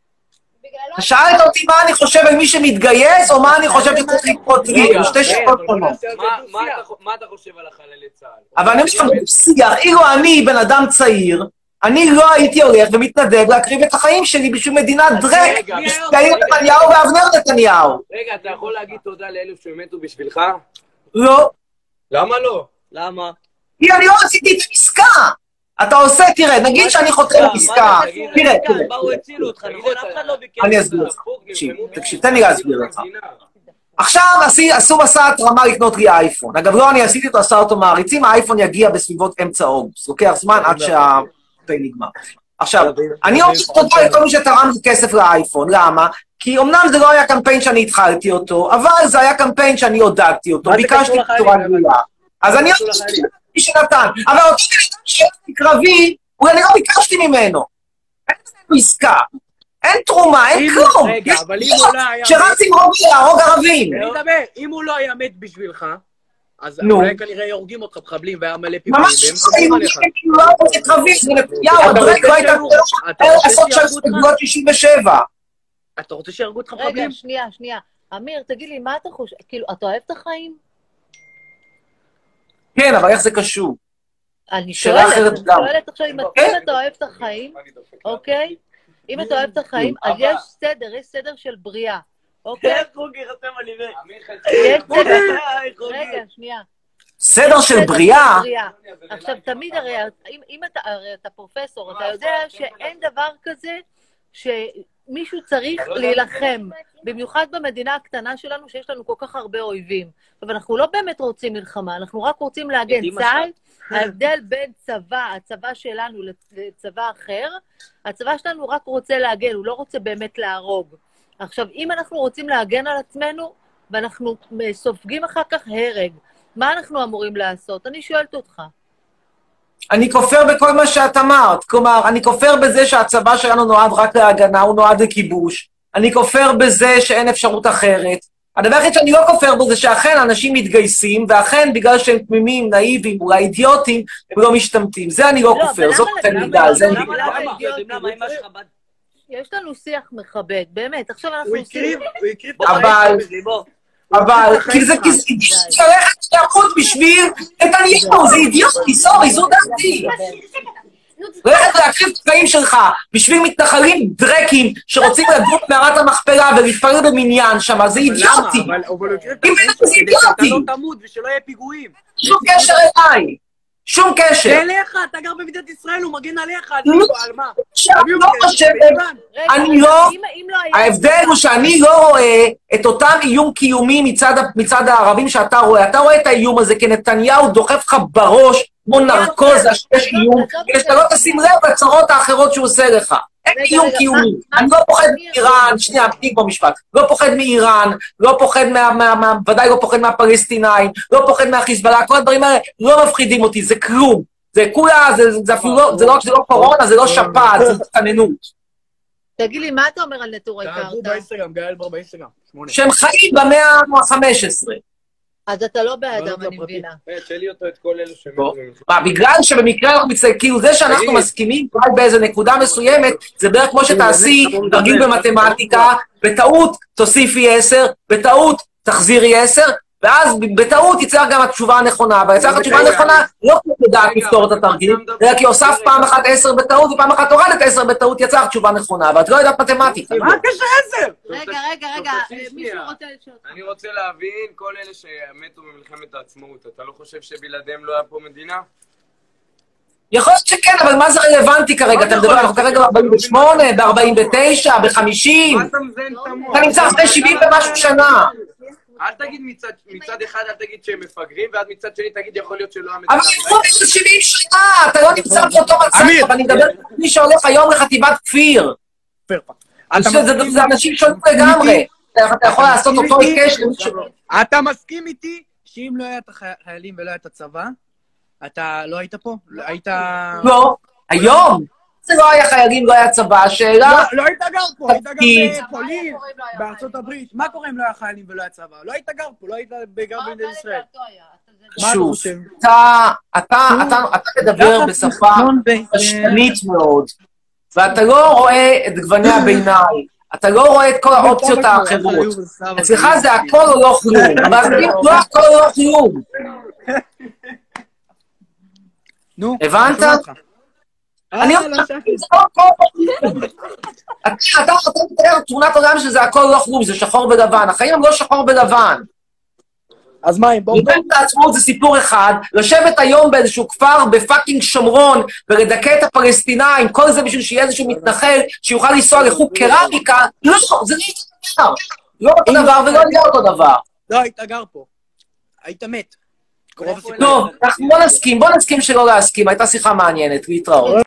Speaker 1: שאלת אותי מה אני חושב על מי שמתגייס, או מה אני חושב שצריך לקרות לי, זה שתי שאלות שונות.
Speaker 8: מה אתה חושב על החללי צה"ל?
Speaker 1: אבל אני חושב בשיח, אילו אני בן אדם צעיר, אני לא הייתי הולך ומתנדב להקריב את החיים שלי בשביל מדינת דרק, יאיר נתניהו ואבנר נתניהו.
Speaker 8: רגע, אתה יכול להגיד תודה לאלו שמתו בשבילך?
Speaker 1: לא.
Speaker 8: למה לא?
Speaker 7: למה?
Speaker 1: כי אני לא עשיתי את העסקה. אתה עושה, תראה, נגיד שאני חותם עסקה. תראה, תראה.
Speaker 7: באו הצילו אותך, נכון? אף אחד לא ביקש.
Speaker 1: אני אסביר לך. תקשיב, תקשיב, תן לי להסביר לך. עכשיו עשו מסע התרמה לקנות לי אייפון. אגב, לא אני עשיתי אותו, עשה אותו מעריצים, האייפון יגיע בסביבות אמצע אוגוסט. לוקח זמן עד שהפי נגמר. עכשיו, אני רוצה תודה לכל מי שתרם לי כסף לאייפון. למה? כי אמנם זה לא היה קמפיין שאני התחלתי אותו, אבל זה היה קמפיין שאני עודדתי אותו. ביקשתי בצורה גדולה. אז אני מי שנתן, אבל אותו כנתן שיש קרבי, אולי אני לא ביקשתי ממנו. אין לנו עסקה, אין תרומה, אין כלום. יש שרצים רובי להרוג ערבים.
Speaker 7: אני מדבר, אם הוא לא היה מת בשבילך, אז אולי כנראה יורגים אותך בחבלים והיה מלא פיפים.
Speaker 1: ממש שחיים כאילו לא היה קרבי, זה נתניהו, הדרק לא הייתה לעשות של הסתגלות שישים ושבע.
Speaker 7: אתה רוצה שיהרגו אותך
Speaker 9: רגע,
Speaker 7: מחבלים?
Speaker 9: שנייה, שנייה. אמיר, תגיד לי, מה אתה חושב? כאילו, אתה אוהב את החיים?
Speaker 1: כן, אבל איך זה קשור?
Speaker 9: אני
Speaker 1: שאלה
Speaker 9: שואלת,
Speaker 1: אחרת
Speaker 9: אני
Speaker 1: גם.
Speaker 9: שואלת עכשיו, אם
Speaker 1: כן.
Speaker 9: אתה אוהב את החיים, אוקיי? אם אתה אוהב את החיים, אז יש סדר, יש סדר של בריאה, אוקיי?
Speaker 7: חוגי חתם על ימי.
Speaker 9: יש סדר, רגע, שנייה.
Speaker 1: סדר של בריאה?
Speaker 9: עכשיו, תמיד הרי, אם, אם אתה, הרי אתה פרופסור, אתה יודע שאין דבר כזה שמישהו צריך להילחם, במיוחד במדינה הקטנה שלנו, שיש לנו כל כך הרבה אויבים. אבל אנחנו לא באמת רוצים מלחמה, אנחנו רק רוצים להגן. צה"ל, ההבדל בין צבא, הצבא שלנו לצבא אחר, הצבא שלנו רק רוצה להגן, הוא לא רוצה באמת להרוג. עכשיו, אם אנחנו רוצים להגן על עצמנו, ואנחנו סופגים אחר כך הרג, מה אנחנו אמורים לעשות? אני שואלת אותך.
Speaker 1: אני כופר בכל מה שאת אמרת. כלומר, אני כופר בזה שהצבא שלנו נועד רק להגנה, הוא נועד לכיבוש. אני כופר בזה שאין אפשרות אחרת. הדבר הכי שאני לא כופר בו זה שאכן אנשים מתגייסים, ואכן בגלל שהם תמימים, נאיבים, אולי אידיוטים, הם לא משתמטים. זה אני לא כופר, זאת אכן מידה, זה אני
Speaker 7: לא.
Speaker 9: יש לנו שיח מכבד, באמת. עכשיו אנחנו עושים...
Speaker 1: אבל... אבל, כי זה אידיוט שהלכת להראות בשביל נתניהו, זה אידיוטי, סורי, זו דעתי. ללכת להקריב את החיים שלך בשביל מתנחלים דרקים שרוצים לגור במערת המכפלה ולהתפלל במניין שם, זה אידיוטי.
Speaker 7: אבל הוא הקריב את
Speaker 1: אם
Speaker 7: החיים
Speaker 1: זה
Speaker 7: שלך כדי שאתה לא
Speaker 1: אידיוטי,
Speaker 7: תמות ושלא יהיה פיגועים.
Speaker 1: שום קשר אליי, שום קשר.
Speaker 7: זה אליך, אתה גר במדינת ישראל, הוא מגן עליך, על מה?
Speaker 1: אני לא חושב, אני לא, ההבדל הוא שאני לא רואה את אותם איום קיומי מצד הערבים שאתה רואה. אתה רואה את האיום הזה כי נתניהו דוחף לך בראש כמו נרקוזה שיש איום, כדי שאתה לא תשים לב לצרות האחרות שהוא עושה לך. אין איום קיומי. אני לא פוחד מאיראן, שנייה, פתיק במשפט, לא פוחד מאיראן, לא פוחד, ודאי לא פוחד מהפלסטינאים, לא פוחד מהחיזבאללה, כל הדברים האלה לא מפחידים אותי, זה כלום. זה כולה, זה אפילו לא, זה לא רק שזה לא קורונה, זה לא שפעת, זה תננות.
Speaker 9: תגיד לי, מה אתה אומר על נטורי קרתא?
Speaker 7: תעברו באינסטגרם, גאל בר באינסטגרם.
Speaker 1: שהם חיים במאה ה-חמש עשרה.
Speaker 9: אז אתה לא באדם, אני מבינה.
Speaker 8: תשאלי אותו את כל אלו שמתו.
Speaker 1: מה, בגלל שבמקרה אנחנו מצטערים, כאילו זה שאנחנו מסכימים רק באיזה נקודה מסוימת, זה בערך כמו שתעשי תרגיל במתמטיקה, בטעות תוסיפי עשר, בטעות תחזירי עשר, ואז בטעות יצא גם התשובה הנכונה, ויצא לך התשובה הנכונה, לא כמו לדעת לפתור את התרגיל, אלא כי הוסף פעם אחת עשר בטעות, ופעם אחת הורדת עשר בטעות, יצא לך תשובה נכונה, ואת לא יודעת מתמטיקה.
Speaker 7: מה קשה עשר?
Speaker 9: רגע, רגע, רגע, מישהו רוצה לשאול אותך.
Speaker 8: אני רוצה להבין, כל אלה שמתו במלחמת העצמאות, אתה לא חושב שבלעדיהם לא היה פה מדינה?
Speaker 1: יכול להיות שכן, אבל מה זה רלוונטי כרגע? אתה מדבר, אנחנו כרגע ב-ארבעים ושמונה, ב-ארבעים ותשע, ב-חמישים,
Speaker 8: מה אתה מזיין את המוח?
Speaker 1: אתה נמצא אחרי שבעים ומשהו שנה.
Speaker 8: אל תגיד מצד, מצד אחד, אל תגיד שהם מפגרים, ואז מצד שני תגיד יכול להיות שלא המדינה.
Speaker 1: אבל אנחנו שבעים שנה, אתה לא נמצא באותו מצב, אבל אני מדבר על מי שהולך היום לחטיבת כפיר. זה אנשים שונים לגמרי. אתה יכול לעשות אותו היקש למישהו.
Speaker 7: אתה מסכים איתי שאם לא היה את החיילים ולא היה את הצבא, אתה לא היית פה? היית...
Speaker 1: לא, היום. זה לא היה חיילים, לא היה צבא, השאלה...
Speaker 7: לא היית גר פה, היית גר בפולין, בארצות הברית. מה קורה אם לא היה חיילים ולא היה צבא? לא היית גר פה, לא היית גר במדינת ישראל.
Speaker 1: שוב, אתה מדבר בשפה פשטנית מאוד, ואתה לא רואה את גווני הביניים, אתה לא רואה את כל האופציות האחרות. אצלך זה הכל או לא כלום, אבל לא הכל או לא כלום. הבנת? אני אומר, אתה מתאר תמונת עולם שזה הכל לא כלום, זה שחור ולבן, החיים הם לא שחור ולבן.
Speaker 7: אז מה אם בואו...
Speaker 1: מלחמת העצמאות זה סיפור אחד, לשבת היום באיזשהו כפר בפאקינג שומרון ולדכא את הפלסטינאים, כל זה בשביל שיהיה איזשהו מתנחל שיוכל לנסוע לחוג קרמיקה, לא, זה לא אותו דבר, לא אותו דבר ולא יהיה אותו דבר.
Speaker 7: לא, היית גר פה, היית מת.
Speaker 1: טוב, בוא נסכים, בוא נסכים שלא להסכים, הייתה שיחה מעניינת, להתראות.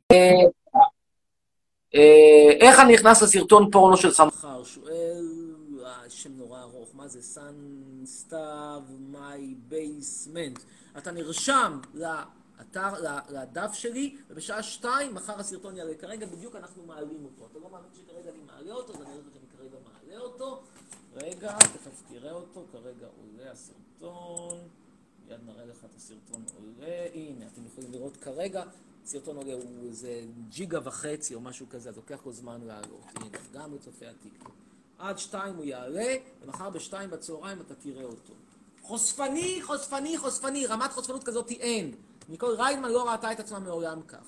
Speaker 1: איך אני נכנס לסרטון פורנו שלך מחר? שואל, שם נורא ארוך, מה זה? סן סטאב מי בייסמנט. אתה נרשם לאתר, לדף שלי, ובשעה שתיים מחר הסרטון יעלה. כרגע בדיוק אנחנו מעלים אותו. אתה לא מאמין שכרגע אני מעלה אותו, אז אני אראה לכם כרגע מעלה אותו. רגע, תכף תראה אותו, כרגע עולה הסרטון. מיד נראה לך את הסרטון עולה, הנה, אתם יכולים לראות כרגע, הסרטון עולה הוא איזה ג'יגה וחצי או משהו כזה, אז לוקח לו זמן לעלות, הנה, גם לצופי הטיקטוק. עד שתיים הוא יעלה, ומחר בשתיים בצהריים אתה תראה אותו. חושפני, חושפני, חושפני, רמת חושפנות כזאת אין. ניקול ריידמן לא ראתה את עצמה מעולם כך.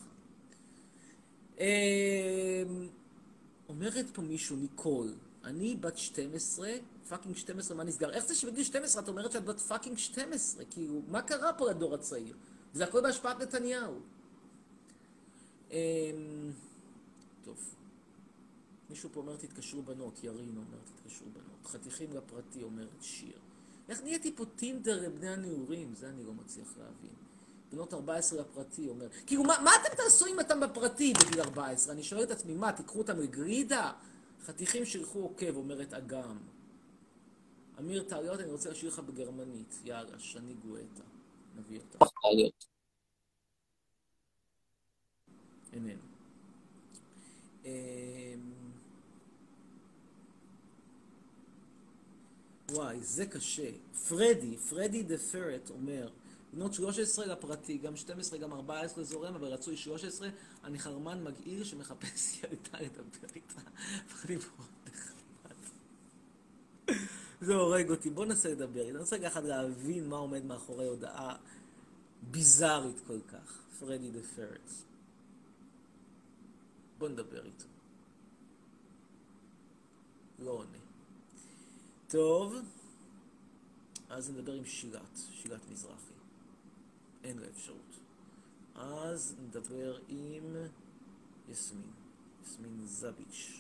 Speaker 1: אומרת פה מישהו, ניקול, אני בת שתים עשרה, פאקינג שתים עשרה, מה נסגר? איך זה שבגיל שתים עשרה את אומרת שאת בת פאקינג שתים עשרה? כאילו, מה קרה פה לדור הצעיר? זה הכל בהשפעת נתניהו. טוב. מישהו פה אומר תתקשרו בנות, ירין אומר תתקשרו בנות, חתיכים לפרטי אומרת שיר. איך נהייתי פה טינדר לבני הנעורים? זה אני לא מצליח להבין. בנות ארבע עשרה לפרטי אומר, כאילו מה, מה אתם תעשו אם אתם בפרטי בגיל ארבע עשרה? אני שואל את עצמי, מה, תיקחו אותם לגרידה? חתיכים שילכו עוקב, אומרת אגם. אמיר תעליות, אני רוצה להשאיר לך בגרמנית. יאללה, שני גואטה. נביא אותה. איננו. וואי, זה קשה. פרדי, פרדי דה פרט אומר, בנות שלוש עשרה לפרטי, גם שתים עשרה, גם ארבע עשרה זורם, אבל רצוי שלוש עשרה, אני חרמן מגעיל שמחפש ילדה לדבר איתה. ואני מאוד נחמד. זה הורג אותי. בוא ננסה לדבר. אני רוצה ככה להבין מה עומד מאחורי הודעה ביזארית כל כך. פרדי דה פרט. בוא נדבר איתו. לא עונה. טוב, אז נדבר עם שילת, שילת מזרחי. אין לה אפשרות. אז נדבר עם יסמין, יסמין זביץ'.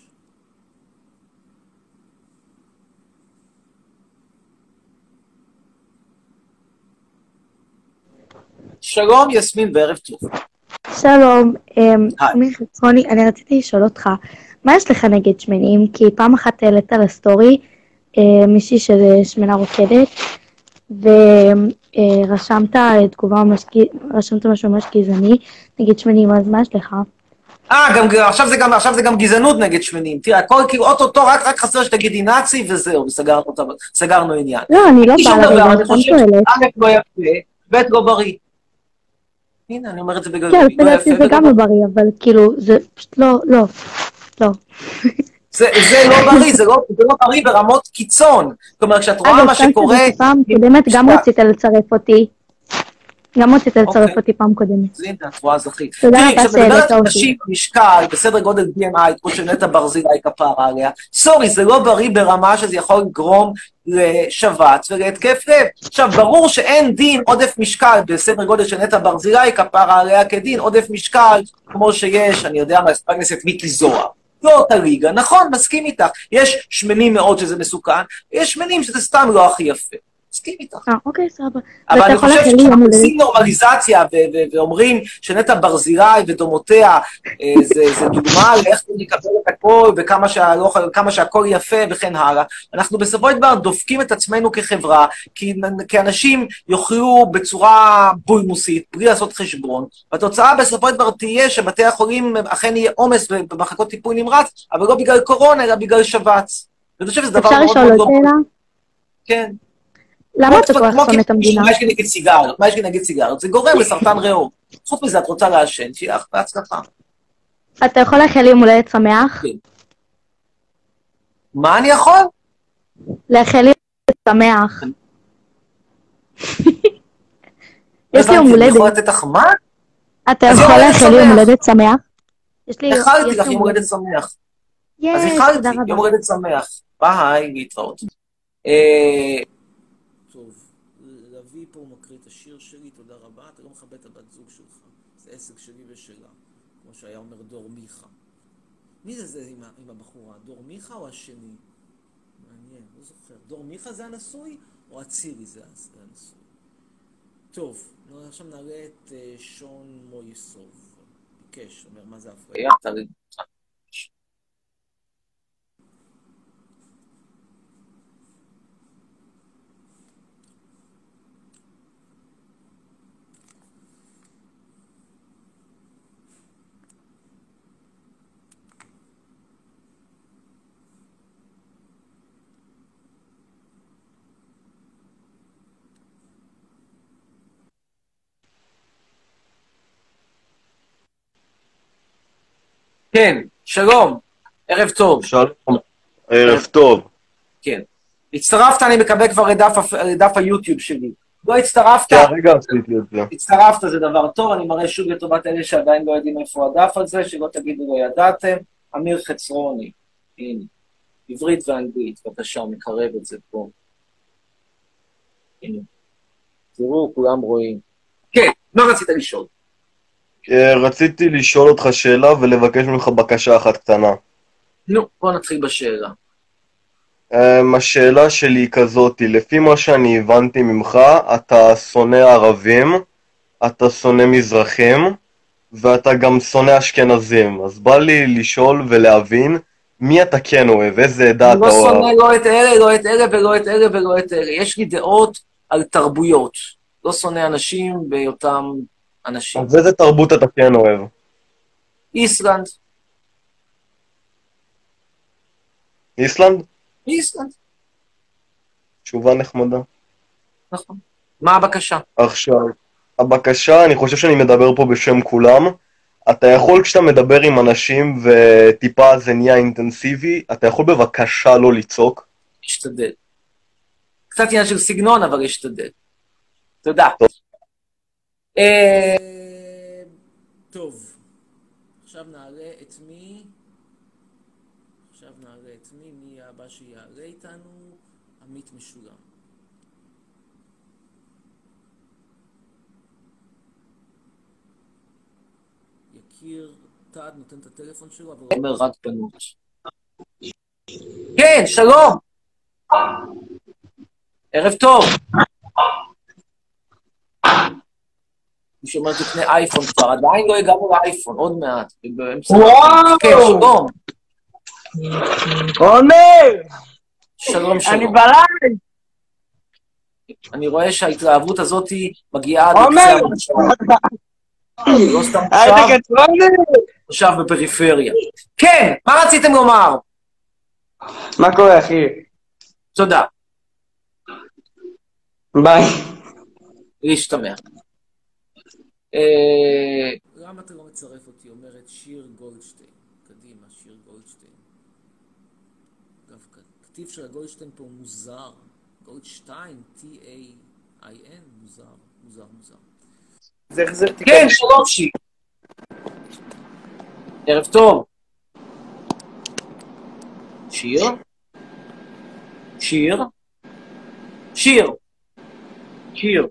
Speaker 1: שלום יסמין, בערב טוב.
Speaker 5: שלום, אמיר חצרוני, אני רציתי לשאול אותך, מה יש לך נגד שמנים? כי פעם אחת העלית לסטורי מישהי של שמנה רוקדת, ורשמת תגובה ממש, רשמת משהו ממש גזעני נגד שמנים, אז מה יש לך?
Speaker 1: אה, גם, עכשיו זה גם, עכשיו זה גם גזענות נגד שמנים. תראה, הכל כאילו אוטוטו, רק, רק חסר שתגידי נאצי וזהו, וסגרנו, סגרנו עניין.
Speaker 5: לא, אני לא באה לרגע, אני חושבת שואלת.
Speaker 1: א' לא יפה, ב' לא בריא. הנה, אני אומר את זה בגלל...
Speaker 5: כן, לפי דעתי זה גם לא בריא, אבל כאילו, זה פשוט לא, לא, לא.
Speaker 1: זה, זה לא בריא, זה לא, זה לא בריא ברמות קיצון. כלומר, כשאת רואה מה שקורה...
Speaker 5: אגב, פעם קודמת גם רצית לצרף אותי. גם רצית לצרף אותי פעם קודמת.
Speaker 1: זה הנה, את רואה זכית.
Speaker 5: תודה
Speaker 1: תראי,
Speaker 5: רבה
Speaker 1: כשמדברת
Speaker 5: שהעלית
Speaker 1: על
Speaker 5: אותי.
Speaker 1: נשים במשקל, בסדר גודל בי אם איי, כמו שנטע ברזילי כפרה עליה, סורי, זה לא בריא ברמה שזה יכול לגרום לשבץ ולהתקף לב. עכשיו, ברור שאין דין עודף משקל בסדר גודל של נטע ברזילי כפרה עליה כדין עודף משקל, כמו שיש, אני יודע מה, חבר הכנסת מיקי זוהר. לא אותה ליגה, נכון, מסכים איתך. יש שמנים מאוד שזה מסוכן, יש שמנים שזה סתם לא הכי יפה. מסכים איתך.
Speaker 5: אה, אוקיי, סבבה.
Speaker 1: אבל אני חושב שאנחנו עושים נורמליזציה ואומרים שנטע ברזילי ודומותיה זה דוגמה לאיך לקבל את הכל וכמה שהכל יפה וכן הלאה. אנחנו בסופו של דבר דופקים את עצמנו כחברה, כי אנשים יוכלו בצורה בולמוסית, בלי לעשות חשבון, והתוצאה בסופו של דבר תהיה שבתי החולים אכן יהיה עומס במחלקות טיפול נמרץ, אבל לא בגלל קורונה, אלא בגלל שבץ. ואני חושב שזה דבר מאוד מאוד לא...
Speaker 5: אפשר לשאול אותה?
Speaker 1: כן.
Speaker 5: למה אתה כל כך שונא את המדינה?
Speaker 1: מה יש לי נגד סיגריות? מה יש לי נגד סיגריות? זה גורם לסרטן ריאות. חוץ מזה, את רוצה לעשן, שיהיה לך בהצלחה.
Speaker 5: אתה יכול לאחל לי יום הולדת שמח?
Speaker 1: מה אני יכול?
Speaker 5: לאחל לי יום הולדת שמח. יש לי יום הולדת.
Speaker 1: אני יכול לתת לך מה?
Speaker 5: אתה יכול לאחל לי יום הולדת שמח?
Speaker 1: החלתי לך יום הולדת שמח. אז החלתי יום הולדת שמח. ביי, להתראות. טוב, לוי פה מקריא את השיר שלי, תודה רבה. אתה לא מכבד את הבת זוג שלך. זה עסק שלי ושלה. כמו שהיה אומר דור מיכה. מי זה זה עם, עם הבחורה? דור מיכה או השני? מעניין, לא זוכר. דור מיכה זה הנשוי או הצירי זה הנשוי? טוב, עכשיו נעלה את uh, שון מויסוב. ביקש, אומר מה זה אפליה? כן, שלום, ערב טוב.
Speaker 10: שלום. ערב טוב.
Speaker 1: כן. הצטרפת, אני מקבל כבר את דף היוטיוב שלי. לא הצטרפת?
Speaker 10: כן, רגע עשיתי את זה.
Speaker 1: הצטרפת, זה דבר טוב, אני מראה שוב לטובת אלה שעדיין לא יודעים איפה הדף הזה, שלא תגידו לא ידעתם. אמיר חצרוני, הנה, עברית ואנגלית, בבקשה, מקרב את זה פה. הנה. תראו, כולם רואים. כן, מה רצית לשאול?
Speaker 10: רציתי לשאול אותך שאלה ולבקש ממך בקשה אחת קטנה.
Speaker 1: נו, בוא נתחיל בשאלה.
Speaker 10: השאלה שלי היא כזאת, לפי מה שאני הבנתי ממך, אתה שונא ערבים, אתה שונא מזרחים, ואתה גם שונא אשכנזים. אז בא לי לשאול ולהבין, מי אתה כן אוהב? איזה עדה אתה
Speaker 1: אוהב? אני לא שונא
Speaker 10: אוהב?
Speaker 1: לא את אלה, לא את אלה ולא את אלה ולא את אלה. יש לי דעות על תרבויות. לא שונא אנשים בהיותם אנשים.
Speaker 10: אז איזה תרבות אתה כן אוהב?
Speaker 1: איסלנד.
Speaker 10: איסלנד?
Speaker 1: איסלנד.
Speaker 10: תשובה נחמדה.
Speaker 1: נכון. מה הבקשה?
Speaker 10: עכשיו, הבקשה, אני חושב שאני מדבר פה בשם כולם. אתה יכול, כשאתה מדבר עם אנשים וטיפה זה נהיה אינטנסיבי, אתה יכול בבקשה לא לצעוק?
Speaker 1: אשתדל. קצת עניין של סגנון, אבל אשתדל. תודה. טוב. טוב. עכשיו נעלה את מי... עכשיו נעלה את מי, מי הבא שיעלה איתנו? עמית משולם. יקיר תעד נותן את הטלפון שלו, אבל הוא אומר רק בנות. כן, שלום! ערב טוב! מי שאומר תקנה אייפון כבר, עדיין לא הגענו לאייפון, עוד מעט.
Speaker 11: וואו!
Speaker 1: כן, שלום!
Speaker 11: עומר!
Speaker 1: שלום, שלום.
Speaker 11: אני בלייב!
Speaker 1: אני רואה שההתלהבות הזאת מגיעה עד
Speaker 11: עומר!
Speaker 1: לא סתם עכשיו בפריפריה. כן, מה רציתם לומר?
Speaker 11: מה קורה, אחי?
Speaker 1: תודה.
Speaker 11: ביי.
Speaker 1: להשתמע. למה אתה לא מצרף אותי? אומרת שיר גולדשטיין. קדימה, שיר גולדשטיין. אגב, כתיב של הגולדשטיין פה מוזר. גולדשטיין, T-A-I-N, מוזר, מוזר, מוזר. כן, שלום שיר. ערב טוב. שיר? שיר? שיר. שיר.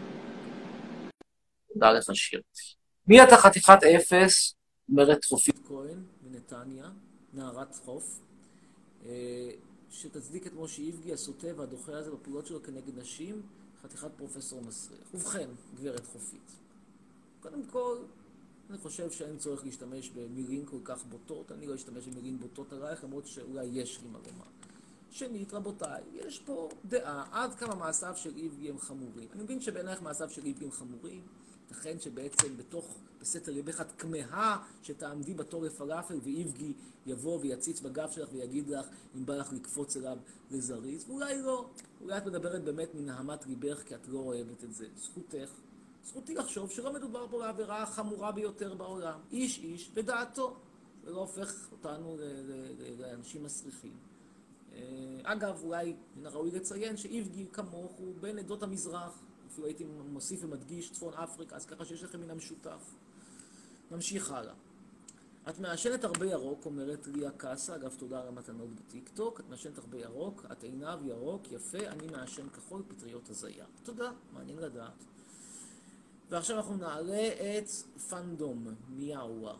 Speaker 1: תודה לך שיר. מי אתה חתיכת אפס? אומרת חופית כהן מנתניה, נערת חוף, שתצדיק את משה איבגי הסוטה והדוחה הזה בפעולות שלו כנגד נשים, חתיכת פרופסור מסריח. ובכן, גברת חופית. קודם כל, אני חושב שאין צורך להשתמש במילים כל כך בוטות, אני לא אשתמש במילים בוטות עלייך, למרות שאולי יש לי מרמה. שנית, רבותיי, יש פה דעה עד כמה מעשיו של איבגי הם חמורים. אני מבין שבעינייך מעשיו של איבגי הם חמורים, לכן שבעצם בתוך, בסתר ליבך את כמהה שתעמדי בתור לפלאפל ואיבגי יבוא ויציץ בגב שלך ויגיד לך אם בא לך לקפוץ אליו לזריז, ואולי לא, אולי את מדברת באמת מנהמת ליבך כי את לא אוהבת את זה. זכותך, זכותי לחשוב שלא מדובר פה בעבירה החמורה ביותר בעולם. איש איש ודעתו, ולא הופך אותנו לאנשים מסריחים. אגב, אולי מן הראוי לציין שאיבגי כמוך הוא בין עדות המזרח, אפילו הייתי מוסיף ומדגיש צפון אפריקה, אז ככה שיש לכם מן המשותף. נמשיך הלאה. את מעשנת הרבה ירוק, אומרת ליה קאסה, אגב תודה על המתנות בטיקטוק, את מעשנת הרבה ירוק, את עיניו ירוק, יפה, אני מעשן כחול, פטריות הזיה. תודה, מעניין לדעת. ועכשיו אנחנו נעלה את פנדום, מיאווה.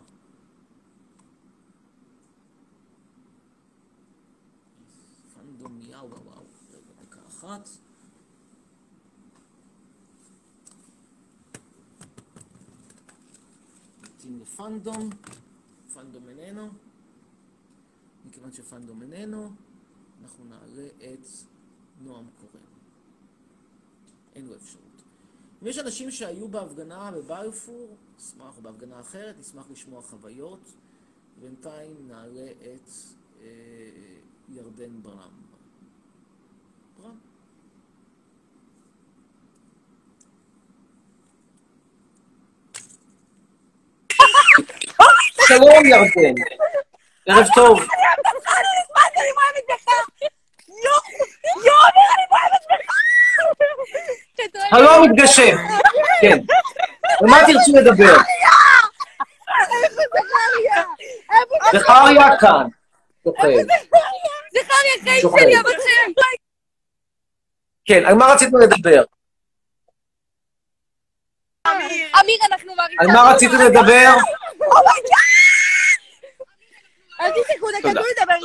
Speaker 1: פנדום מיאווה, וואו, רגע, דקה אחת. נתאים לפנדום, פנדום איננו. מכיוון שפנדום איננו, אנחנו נעלה את נועם קורן. אין לו אפשרות. אם יש אנשים שהיו בהפגנה בבלפור, נשמח, או בהפגנה אחרת, נשמח לשמוע חוויות. בינתיים נעלה את אה, ירדן ברם. ברם. שלום ירדן. ערב טוב.
Speaker 12: חלום מתגשם. כן. על מה תרצו לדבר? זכריה כאן.
Speaker 13: זכריה, חיים שלי, הבת שלי.
Speaker 12: כן, על מה רציתם לדבר?
Speaker 13: אמיר, אנחנו מעריצים.
Speaker 12: על מה רציתם לדבר?
Speaker 13: אומייגאד! אל תצחקו, תקדמו לדבר.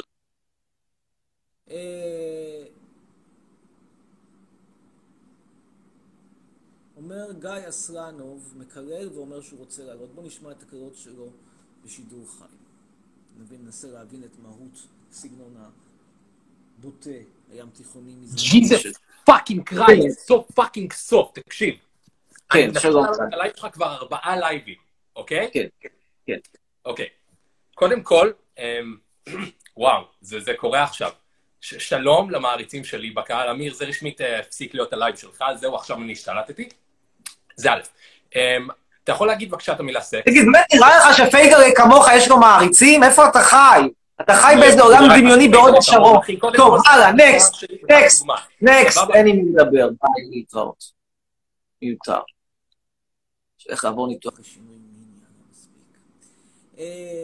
Speaker 1: אומר גיא אסלנוב, מקלל ואומר שהוא רוצה לעלות. בוא נשמע את הקריאות שלו בשידור חי. נבין, ננסה להבין את מהות סגנון הבוטה, הים תיכוני מזרח.
Speaker 14: ג'יזוס פאקינג קרייסט, סוף פאקינג סוף, תקשיב.
Speaker 12: כן, שלום.
Speaker 14: אני הלייב שלך כבר ארבעה לייבים, אוקיי?
Speaker 12: כן, כן.
Speaker 14: אוקיי. קודם כל, וואו, זה קורה עכשיו. שלום למעריצים שלי בקהל. אמיר, זה רשמית הפסיק להיות הלייב שלך, זהו, עכשיו אני השתלטתי. זה א'. אתה יכול להגיד בבקשה את המילה סקס?
Speaker 12: תגיד, באמת נראה לך שפייגר כמוך יש לו מעריצים? איפה אתה חי? אתה חי באיזה עולם דמיוני בהוד השרון. טוב, הלאה, נקסט, נקסט, נקסט, אין לי מי לדבר. ביי, להתראות. מיותר. איך לעבור ניתוח לשינוי מיני, מספיק.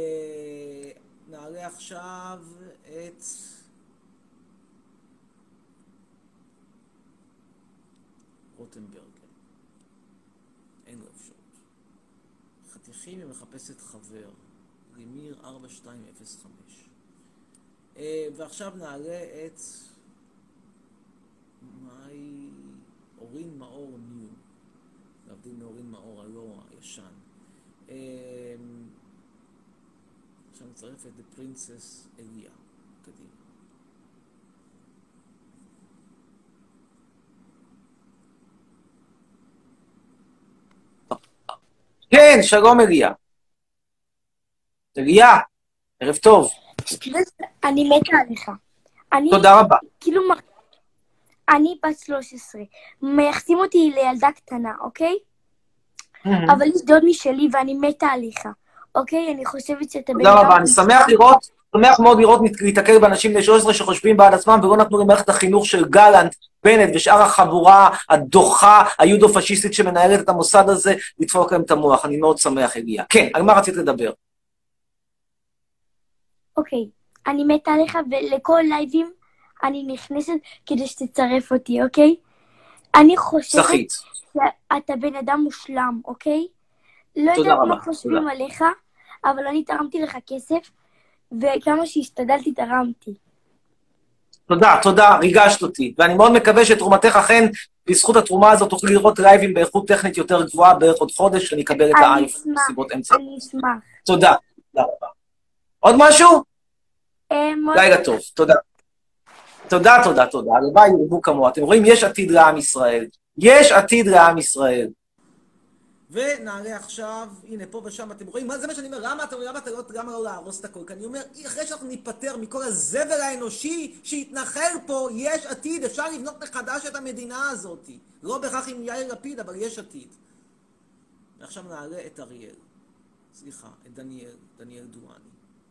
Speaker 1: נעלה עכשיו את... רוטנברג. אין לו אפשרות. חתיכים היא מחפשת חבר. רימיר ארבע שתיים אפס חמש. ועכשיו נעלה את... מאי... אורין מאור ניו. להבדיל מאורין מאור הלא הישן. עכשיו נצרף את The Princess אליה. קדימה.
Speaker 12: כן, שלום אליה. אליה, ערב טוב.
Speaker 5: אני מתה עליך.
Speaker 12: תודה רבה.
Speaker 5: כאילו, אני בת שלוש עשרה. מייחסים אותי לילדה קטנה, אוקיי? אבל יש דוד משלי ואני מתה עליך. אוקיי? אני חושבת שאתה...
Speaker 12: תודה רבה, אני שמח לראות, שמח מאוד לראות להתקל באנשים בני שלוש עשרה שחושבים בעד עצמם ולא נתנו למערכת החינוך של גלנט, בנט ושאר החבורה הדוחה, היודו-פשיסטית שמנהלת את המוסד הזה, לדפוק להם את המוח. אני מאוד שמח, אליה. כן, על מה רצית לדבר?
Speaker 5: אוקיי, אני מתה עליך ולכל לייבים אני נכנסת כדי שתצרף אותי, אוקיי? אני חושבת שאתה בן אדם מושלם, אוקיי? לא יודעת מה חושבים עליך, אבל אני תרמתי לך כסף, וכמה שהשתדלתי תרמתי.
Speaker 12: תודה, תודה, ריגשת אותי, ואני מאוד מקווה שתרומתך אכן, בזכות התרומה הזאת תוכלי לראות לייבים באיכות טכנית יותר גבוהה, בערך עוד חודש, שאני אקבל את האייפון בסיבות אמצע.
Speaker 5: אני אשמח.
Speaker 12: תודה, תודה רבה. עוד משהו? לילה טוב, תודה. תודה, תודה, תודה. הלוואי ירבו כמוה. אתם רואים, יש עתיד לעם ישראל. יש עתיד לעם ישראל.
Speaker 1: ונעלה עכשיו, הנה, פה ושם, אתם רואים, מה זה מה שאני אומר? למה אתה, למה אתה לא, למה לא להרוס את הכל? כי אני אומר, אחרי שאנחנו ניפטר מכל הזבל האנושי שהתנחל פה, יש עתיד, אפשר לבנות מחדש את המדינה הזאת. לא בכך עם יאיר לפיד, אבל יש עתיד. ועכשיו נעלה את אריאל. סליחה, את דניאל, דניאל דואני.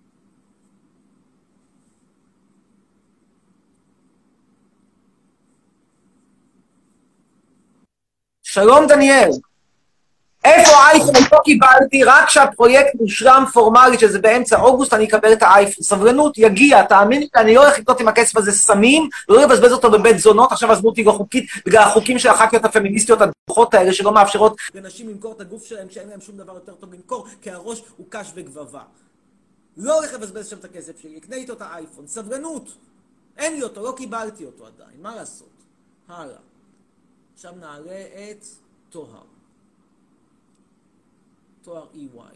Speaker 12: שלום דניאל. איפה האייפון? לא קיבלתי, רק כשהפרויקט מושלם פורמלית, שזה באמצע אוגוסט, אני אקבל את האייפון. סבלנות, יגיע, תאמין לי, אני לא הולך לקנות עם הכסף הזה סמים, לא לבזבז אותו בבית זונות, עכשיו עזבו אותי לא חוקית, בגלל החוקים של הח"כיות הפמיניסטיות הדוחות האלה, שלא מאפשרות
Speaker 1: לנשים למכור את הגוף שלהם, שאין להם שום דבר יותר טוב למכור, כי הראש הוא קש וגבבה. לא הולך לבזבז שם את הכסף שלי, אקנה איתו את האייפון. סבלנות, אין לי אותו, לא קיבלתי אותו עדיין, מה לעשות? הלאה. עכשיו נעלה את טוהר. תואר אי וואי.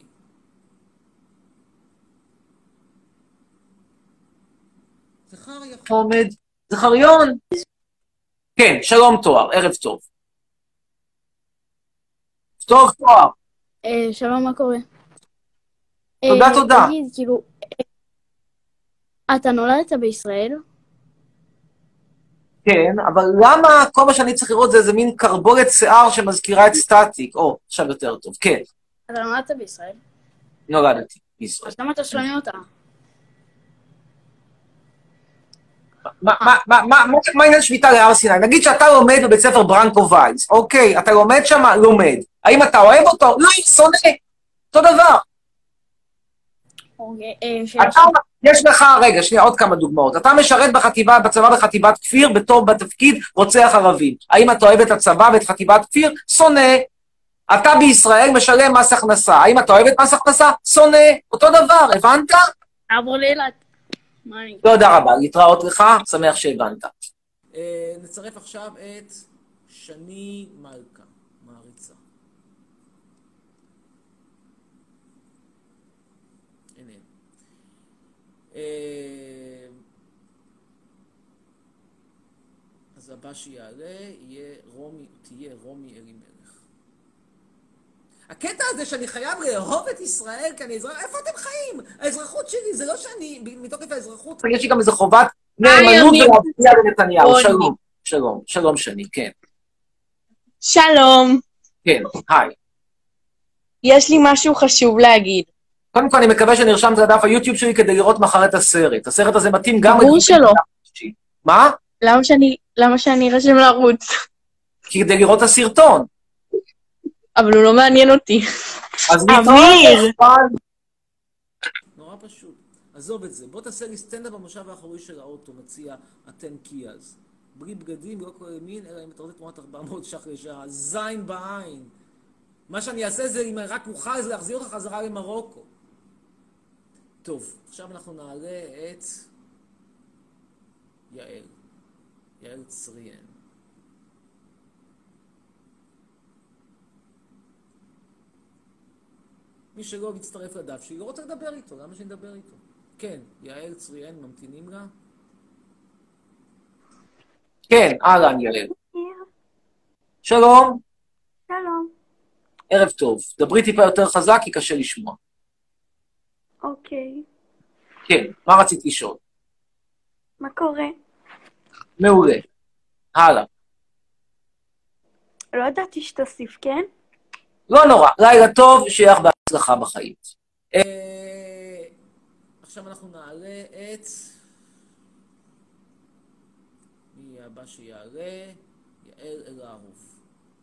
Speaker 1: זכריה.
Speaker 12: עומד. זכריון. כן, שלום תואר, ערב טוב. טוב תואר.
Speaker 5: שלום, מה קורה?
Speaker 12: תודה, תודה.
Speaker 5: תגיד, כאילו, אתה נולדת בישראל?
Speaker 12: כן, אבל למה כל מה שאני צריך לראות זה איזה מין קרבולת שיער שמזכירה את סטטיק? או, עכשיו יותר טוב, כן.
Speaker 5: אתה נולדת בישראל?
Speaker 12: נולדתי בישראל.
Speaker 5: אז למה אתה שונא אותה?
Speaker 12: מה העניין שביתה להר סיני? נגיד שאתה לומד בבית ספר ברנקו וייס, אוקיי, אתה לומד שם? לומד. האם אתה אוהב אותו? לא, שונא. אותו דבר. יש לך, רגע, שנייה, עוד כמה דוגמאות. אתה משרת בחטיבה, בצבא בחטיבת כפיר, בתור בתפקיד רוצח ערבים. האם אתה אוהב את הצבא ואת חטיבת כפיר? שונא. אתה בישראל משלם מס הכנסה. האם אתה אוהב את מס הכנסה? שונא. אותו דבר, הבנת?
Speaker 5: עבור לילת.
Speaker 12: תודה רבה, להתראות לך, שמח שהבנת.
Speaker 1: נצרף עכשיו את שני מלכה, מעריצה. הנה. אז הבא שיעלה יהיה רומי, תהיה רומי אלימלך. הקטע הזה שאני חייב לאהוב את ישראל, כי אני אזרח, איפה אתם חיים? האזרחות שלי, זה לא שאני, מתוקף האזרחות...
Speaker 12: יש לי גם איזו חובת נאמנות ולהצביע לנתניהו. שלום, שלום, שלום שני, כן.
Speaker 6: שלום.
Speaker 12: כן, היי.
Speaker 6: יש לי משהו חשוב להגיד.
Speaker 12: קודם כל, אני מקווה שנרשמת לדף היוטיוב שלי כדי לראות מחר את הסרט. הסרט הזה מתאים גם...
Speaker 6: ברור שלא.
Speaker 12: מה?
Speaker 6: למה שאני, למה שאני ארשם לערוץ?
Speaker 12: כדי לראות את הסרטון.
Speaker 6: אבל הוא לא מעניין אותי.
Speaker 12: אז
Speaker 6: אמיר!
Speaker 1: נורא פשוט. עזוב את זה. בוא תעשה לי סטנדאפ במושב האחורי של האוטו, מציע אתן קיאז. בלי בגדים, לא כל ימין, אלא אם אתה רוצה תמורת ארבע מאות ש"ח לשעה. זין בעין. מה שאני אעשה זה, אם רק אוכל, זה להחזיר אותך חזרה למרוקו. טוב, עכשיו אנחנו נעלה את יעל. יעל צריאן. מי שלא מצטרף לדף שלי, לא רוצה לדבר איתו, למה שנדבר איתו? כן, יעל צריאן, ממתינים לה?
Speaker 12: כן, אהלן יעל. שלום.
Speaker 5: שלום.
Speaker 12: ערב טוב. דברי טיפה יותר חזק, כי קשה לשמוע.
Speaker 5: אוקיי.
Speaker 12: כן, מה רצית לשאול?
Speaker 5: מה קורה?
Speaker 12: מעולה. הלאה.
Speaker 5: לא ידעתי שתוסיף, כן?
Speaker 12: לא נורא, לילה טוב, שיהיה לך בהצלחה בחיים.
Speaker 1: עכשיו אנחנו נעלה את... מי הבא שיעלה? יעל אלהרוף.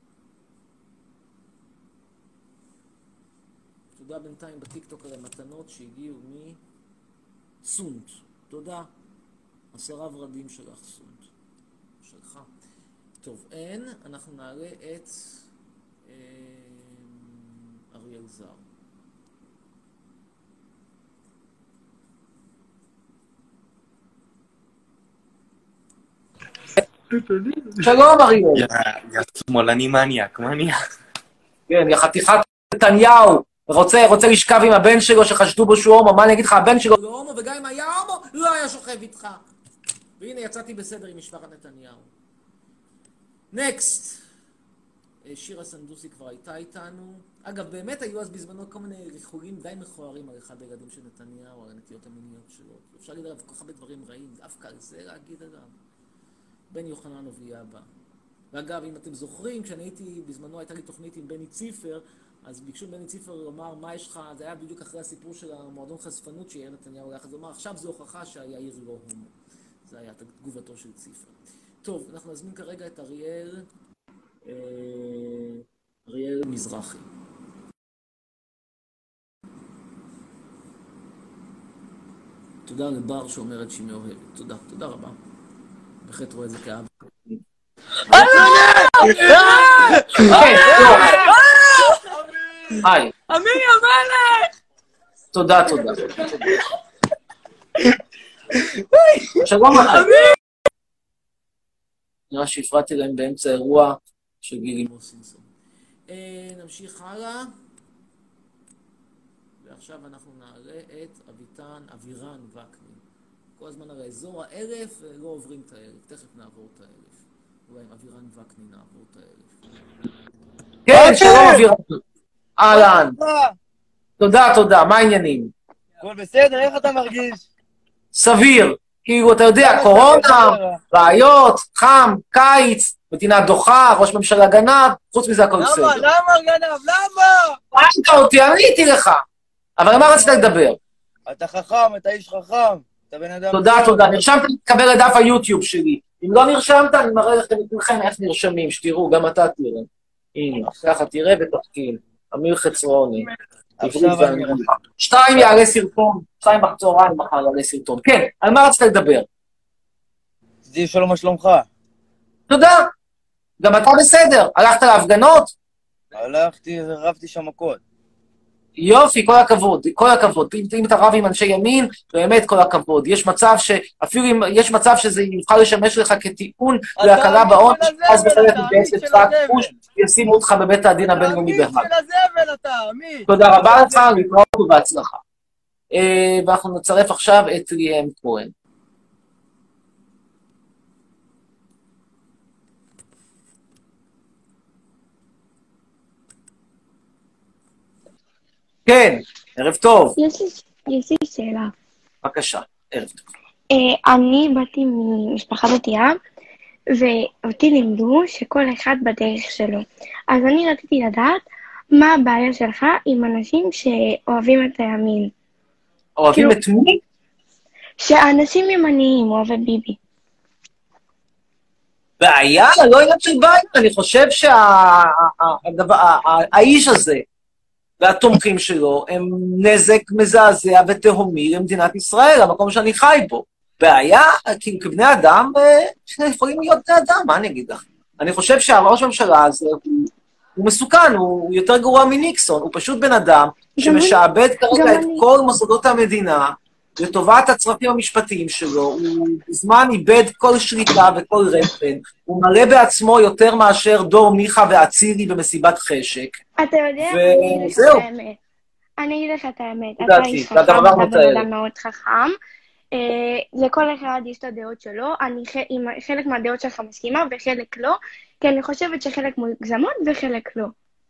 Speaker 1: תודה בינתיים בטיקטוק על המתנות שהגיעו מסונט. תודה. עשרה ורדים שלך סונט. שלך. טוב, אין. אנחנו נעלה את... אריאל זר.
Speaker 12: שלום אריאל.
Speaker 15: יא שמאלני מניאק, מניאק.
Speaker 12: כן, יא חתיכת נתניהו. רוצה, רוצה לשכב עם הבן שלו שחשדו בו שהוא הומו. מה אני אגיד לך, הבן שלו...
Speaker 1: לא הומו, וגם אם היה הומו, לא היה שוכב איתך. והנה, יצאתי בסדר עם משפחת נתניהו. נקסט. שירה סנדוסי כבר הייתה איתנו. אגב, באמת היו אז בזמנו כל מיני ריחולים די מכוערים על אחד הילדים של נתניהו, על הנטיות המיניות שלו. אפשר להגיד עליו כל כך הרבה דברים רעים, דווקא על זה להגיד עליו. בן יוחננוב יהיה הבא. ואגב, אם אתם זוכרים, כשאני הייתי, בזמנו הייתה לי תוכנית עם בני ציפר, אז ביקשו בני ציפר לומר, מה יש לך? זה היה בדיוק אחרי הסיפור של המועדון חשפנות שיהיה נתניהו יחד. זה אומר, עכשיו זו הוכחה שהיאיר לא הומו. זה היה תגובתו של ציפר. טוב, אנחנו נזמין כרגע את אריאל, אריאל מזרחי. תודה לבר שאומרת שהיא מאוהבת. תודה, תודה רבה. בהחלט רואה את זה כאב.
Speaker 12: היי.
Speaker 13: אמיר המלך!
Speaker 12: תודה, תודה. שלום לכם. נראה שהפרעתי להם באמצע אירוע של גילי מוסינסון.
Speaker 1: נמשיך הלאה. ועכשיו אנחנו נעלה את אביטן, אבירן וקנין. כל הזמן על האזור האלף, לא עוברים את האלף. תכף נעבור את האלף. אולי עם אבירן וקנין נעבור את האלף.
Speaker 12: כן, שלום אבירן. אהלן. תודה, תודה. מה העניינים?
Speaker 16: הכל בסדר, איך אתה מרגיש?
Speaker 12: סביר. כאילו, אתה יודע, קורונה, בעיות, חם, קיץ, מדינה דוחה, ראש ממשלה גנב, חוץ מזה הכל בסדר.
Speaker 16: למה? למה גנב? למה?
Speaker 12: ראית אותי, עניתי לך. אבל מה רצית לדבר?
Speaker 16: אתה חכם, אתה איש חכם. אתה בן אדם...
Speaker 12: תודה, תודה. נרשמת להתקבל לדף היוטיוב שלי. אם לא נרשמת, אני מראה לכם לכם איך נרשמים, שתראו, גם אתה תראה. הנה, ככה תראה ותתחיל. אמיר חצרוני.
Speaker 16: עכשיו אני רואה.
Speaker 12: שתיים יעלה סרטון, שתיים בצהריים מחר יעלה סרטון. כן, על מה רצית לדבר?
Speaker 16: תדעי שלום, מה שלומך?
Speaker 12: תודה. גם אתה בסדר. הלכת להפגנות?
Speaker 16: הלכתי ורבתי שם מכות.
Speaker 12: יופי, כל הכבוד, כל הכבוד. אם, אם אתה רב עם אנשי ימין, באמת כל הכבוד. יש מצב שאפילו אם יש מצב שזה יוכל לשמש לך כטיעון להקלה בעונש, אז בכלל תתגייס לצבא הכיבוש, ישימו אותך בבית הדין הבינלאומי בהאג.
Speaker 16: של הזבל אתה, מי?
Speaker 12: תודה רבה לך, להתראות ובהצלחה. ואנחנו נצרף עכשיו את ליאם כהן. כן, ערב טוב.
Speaker 5: יש לי, יש לי שאלה.
Speaker 12: בבקשה, ערב טוב.
Speaker 5: אה, אני באתי ממשפחה דתייה, ואותי לימדו שכל אחד בדרך שלו. אז אני רציתי לדעת מה הבעיה שלך עם אנשים שאוהבים את הימין.
Speaker 12: אוהבים את מי?
Speaker 5: שאנשים ימניים, אוהבי ביבי.
Speaker 12: בעיה? לא עניין של בעיה. אני חושב שהאיש הזה, והתומכים שלו הם נזק מזעזע ותהומי למדינת ישראל, המקום שאני חי בו. בעיה, כי כבני אדם, יכולים להיות בני אדם, מה אני אגיד לך? אני חושב שהראש הממשלה הזה הוא, הוא מסוכן, הוא יותר גרוע מניקסון, הוא פשוט בן אדם שמשעבד כרגע את כל מוסדות המדינה, לטובת הצרכים המשפטיים שלו, הוא בזמן איבד כל שליטה וכל רפן, הוא מראה בעצמו יותר מאשר דור מיכה ואצילי במסיבת חשק.
Speaker 5: אתה יודע, אני אגיד לך את האמת. אני אגיד לך את האמת. אתה איש חכם, אתה בן אדם מאוד חכם. לכל אחד יש את הדעות שלו, אני עם חלק מהדעות שלך מסכימה וחלק לא, כי אני חושבת שחלק מוגזמות וחלק לא.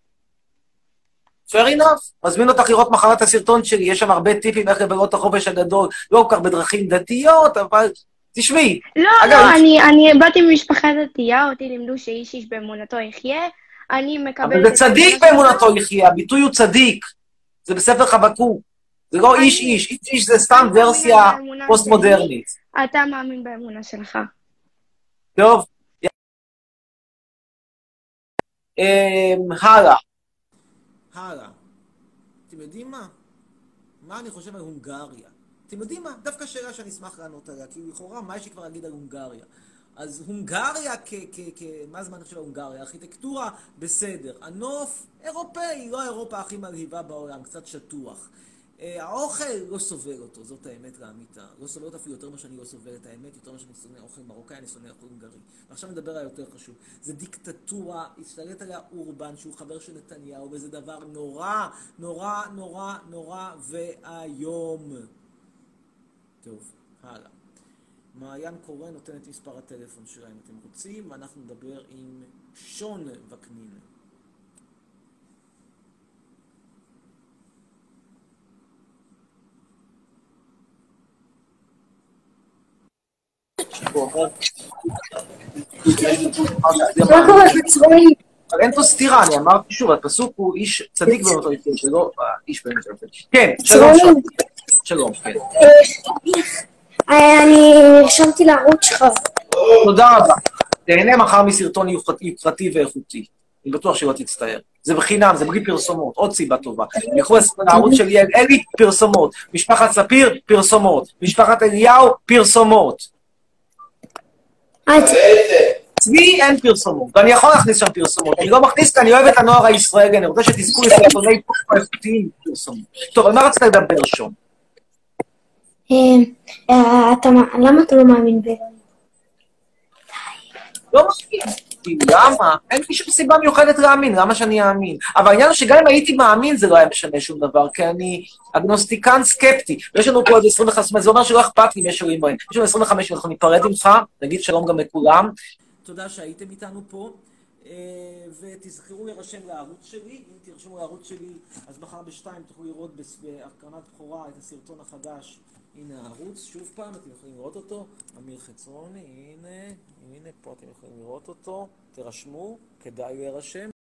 Speaker 12: fair enough. מזמין אותך לראות מחר את הסרטון שלי, יש שם הרבה טיפים איך לבלות את החופש הגדול, לא כל כך בדרכים דתיות, אבל תשמעי.
Speaker 5: לא, לא, אני באתי ממשפחה דתייה, אותי לימדו שאיש איש באמונתו יחיה, אני מקבלת...
Speaker 12: אבל זה צדיק באמונתו יחיה, הביטוי הוא צדיק, זה בספר חבקוק, זה לא איש איש, איש איש זה סתם ורסיה פוסט-מודרנית.
Speaker 5: אתה מאמין באמונה שלך.
Speaker 12: טוב. הלאה.
Speaker 1: הלאה. אתם יודעים מה? מה אני חושב על הונגריה? אתם יודעים מה? דווקא שאלה שאני אשמח לענות עליה, כי לכאורה, מה יש לי כבר להגיד על הונגריה? אז הונגריה, כ... כ... כ... מה זמן אני חושב על הונגריה? ארכיטקטורה, בסדר. הנוף, אירופאי, לא האירופה הכי מלהיבה בעולם, קצת שטוח. האוכל לא סובל אותו, זאת האמת לאמיתה. לא סובל אותו אפילו יותר מה שאני לא סובל את האמת, יותר מה שאני שונא אוכל מרוקאי, אני שונא אוכל הונגרי. ועכשיו נדבר על יותר חשוב. זה דיקטטורה, השתלט עליה אורבן, שהוא חבר של נתניהו, וזה דבר נורא, נורא, נורא, נורא והיום. טוב, הלאה. מעיין קורן נותן את מספר הטלפון שלה אם אתם רוצים, ואנחנו נדבר עם שון וקנין.
Speaker 12: מה קורה בצבאי? אבל אין פה סתירה, אני אמרתי שוב, הפסוק הוא איש צדיק באותו יפה, שלא איש באותו יפה. כן, שלום שלום. שלום, כן.
Speaker 5: אני נרשמתי לערוץ שלך.
Speaker 12: תודה רבה. תהנה מחר מסרטון יוקרתי ואיכותי. אני בטוח שלא תצטער. זה בחינם, זה בלי פרסומות, עוד סיבה טובה. ילכו לערוץ שלי, אין לי פרסומות. משפחת ספיר, פרסומות. משפחת אליהו, פרסומות. צבי אין פרסומות, ואני יכול להכניס שם פרסומות. אני לא מכניס כי אני אוהב את הנוער הישראלי, אני רוצה שתזכו לסרטוני איכותיים פרסומות. טוב, על מה רצית לדבר שום?
Speaker 5: למה אתה לא מאמין ב...
Speaker 12: לא מאמין. למה? אין לי שום סיבה מיוחדת להאמין, למה שאני אאמין? אבל העניין הוא שגם אם הייתי מאמין זה לא היה משנה שום דבר, כי אני אגנוסטיקן סקפטי. ויש לנו פה עוד עשרים וחמש, זה אומר שלא אכפת לי אם יש אלוהים בהם. יש לנו עשרים וחמש, אנחנו ניפרד ממך, נגיד שלום גם לכולם.
Speaker 1: תודה שהייתם איתנו פה, ותזכרו להירשם לערוץ שלי. אם תרשמו לערוץ שלי, אז מחר בשתיים תוכלו לראות בהקרנת בכורה את הסרטון החדש. הנה הערוץ, שוב פעם, אתם יכולים לראות אותו, אמיר חצרוני, הנה, הנה, פה אתם יכולים לראות אותו, תרשמו, כדאי להירשם.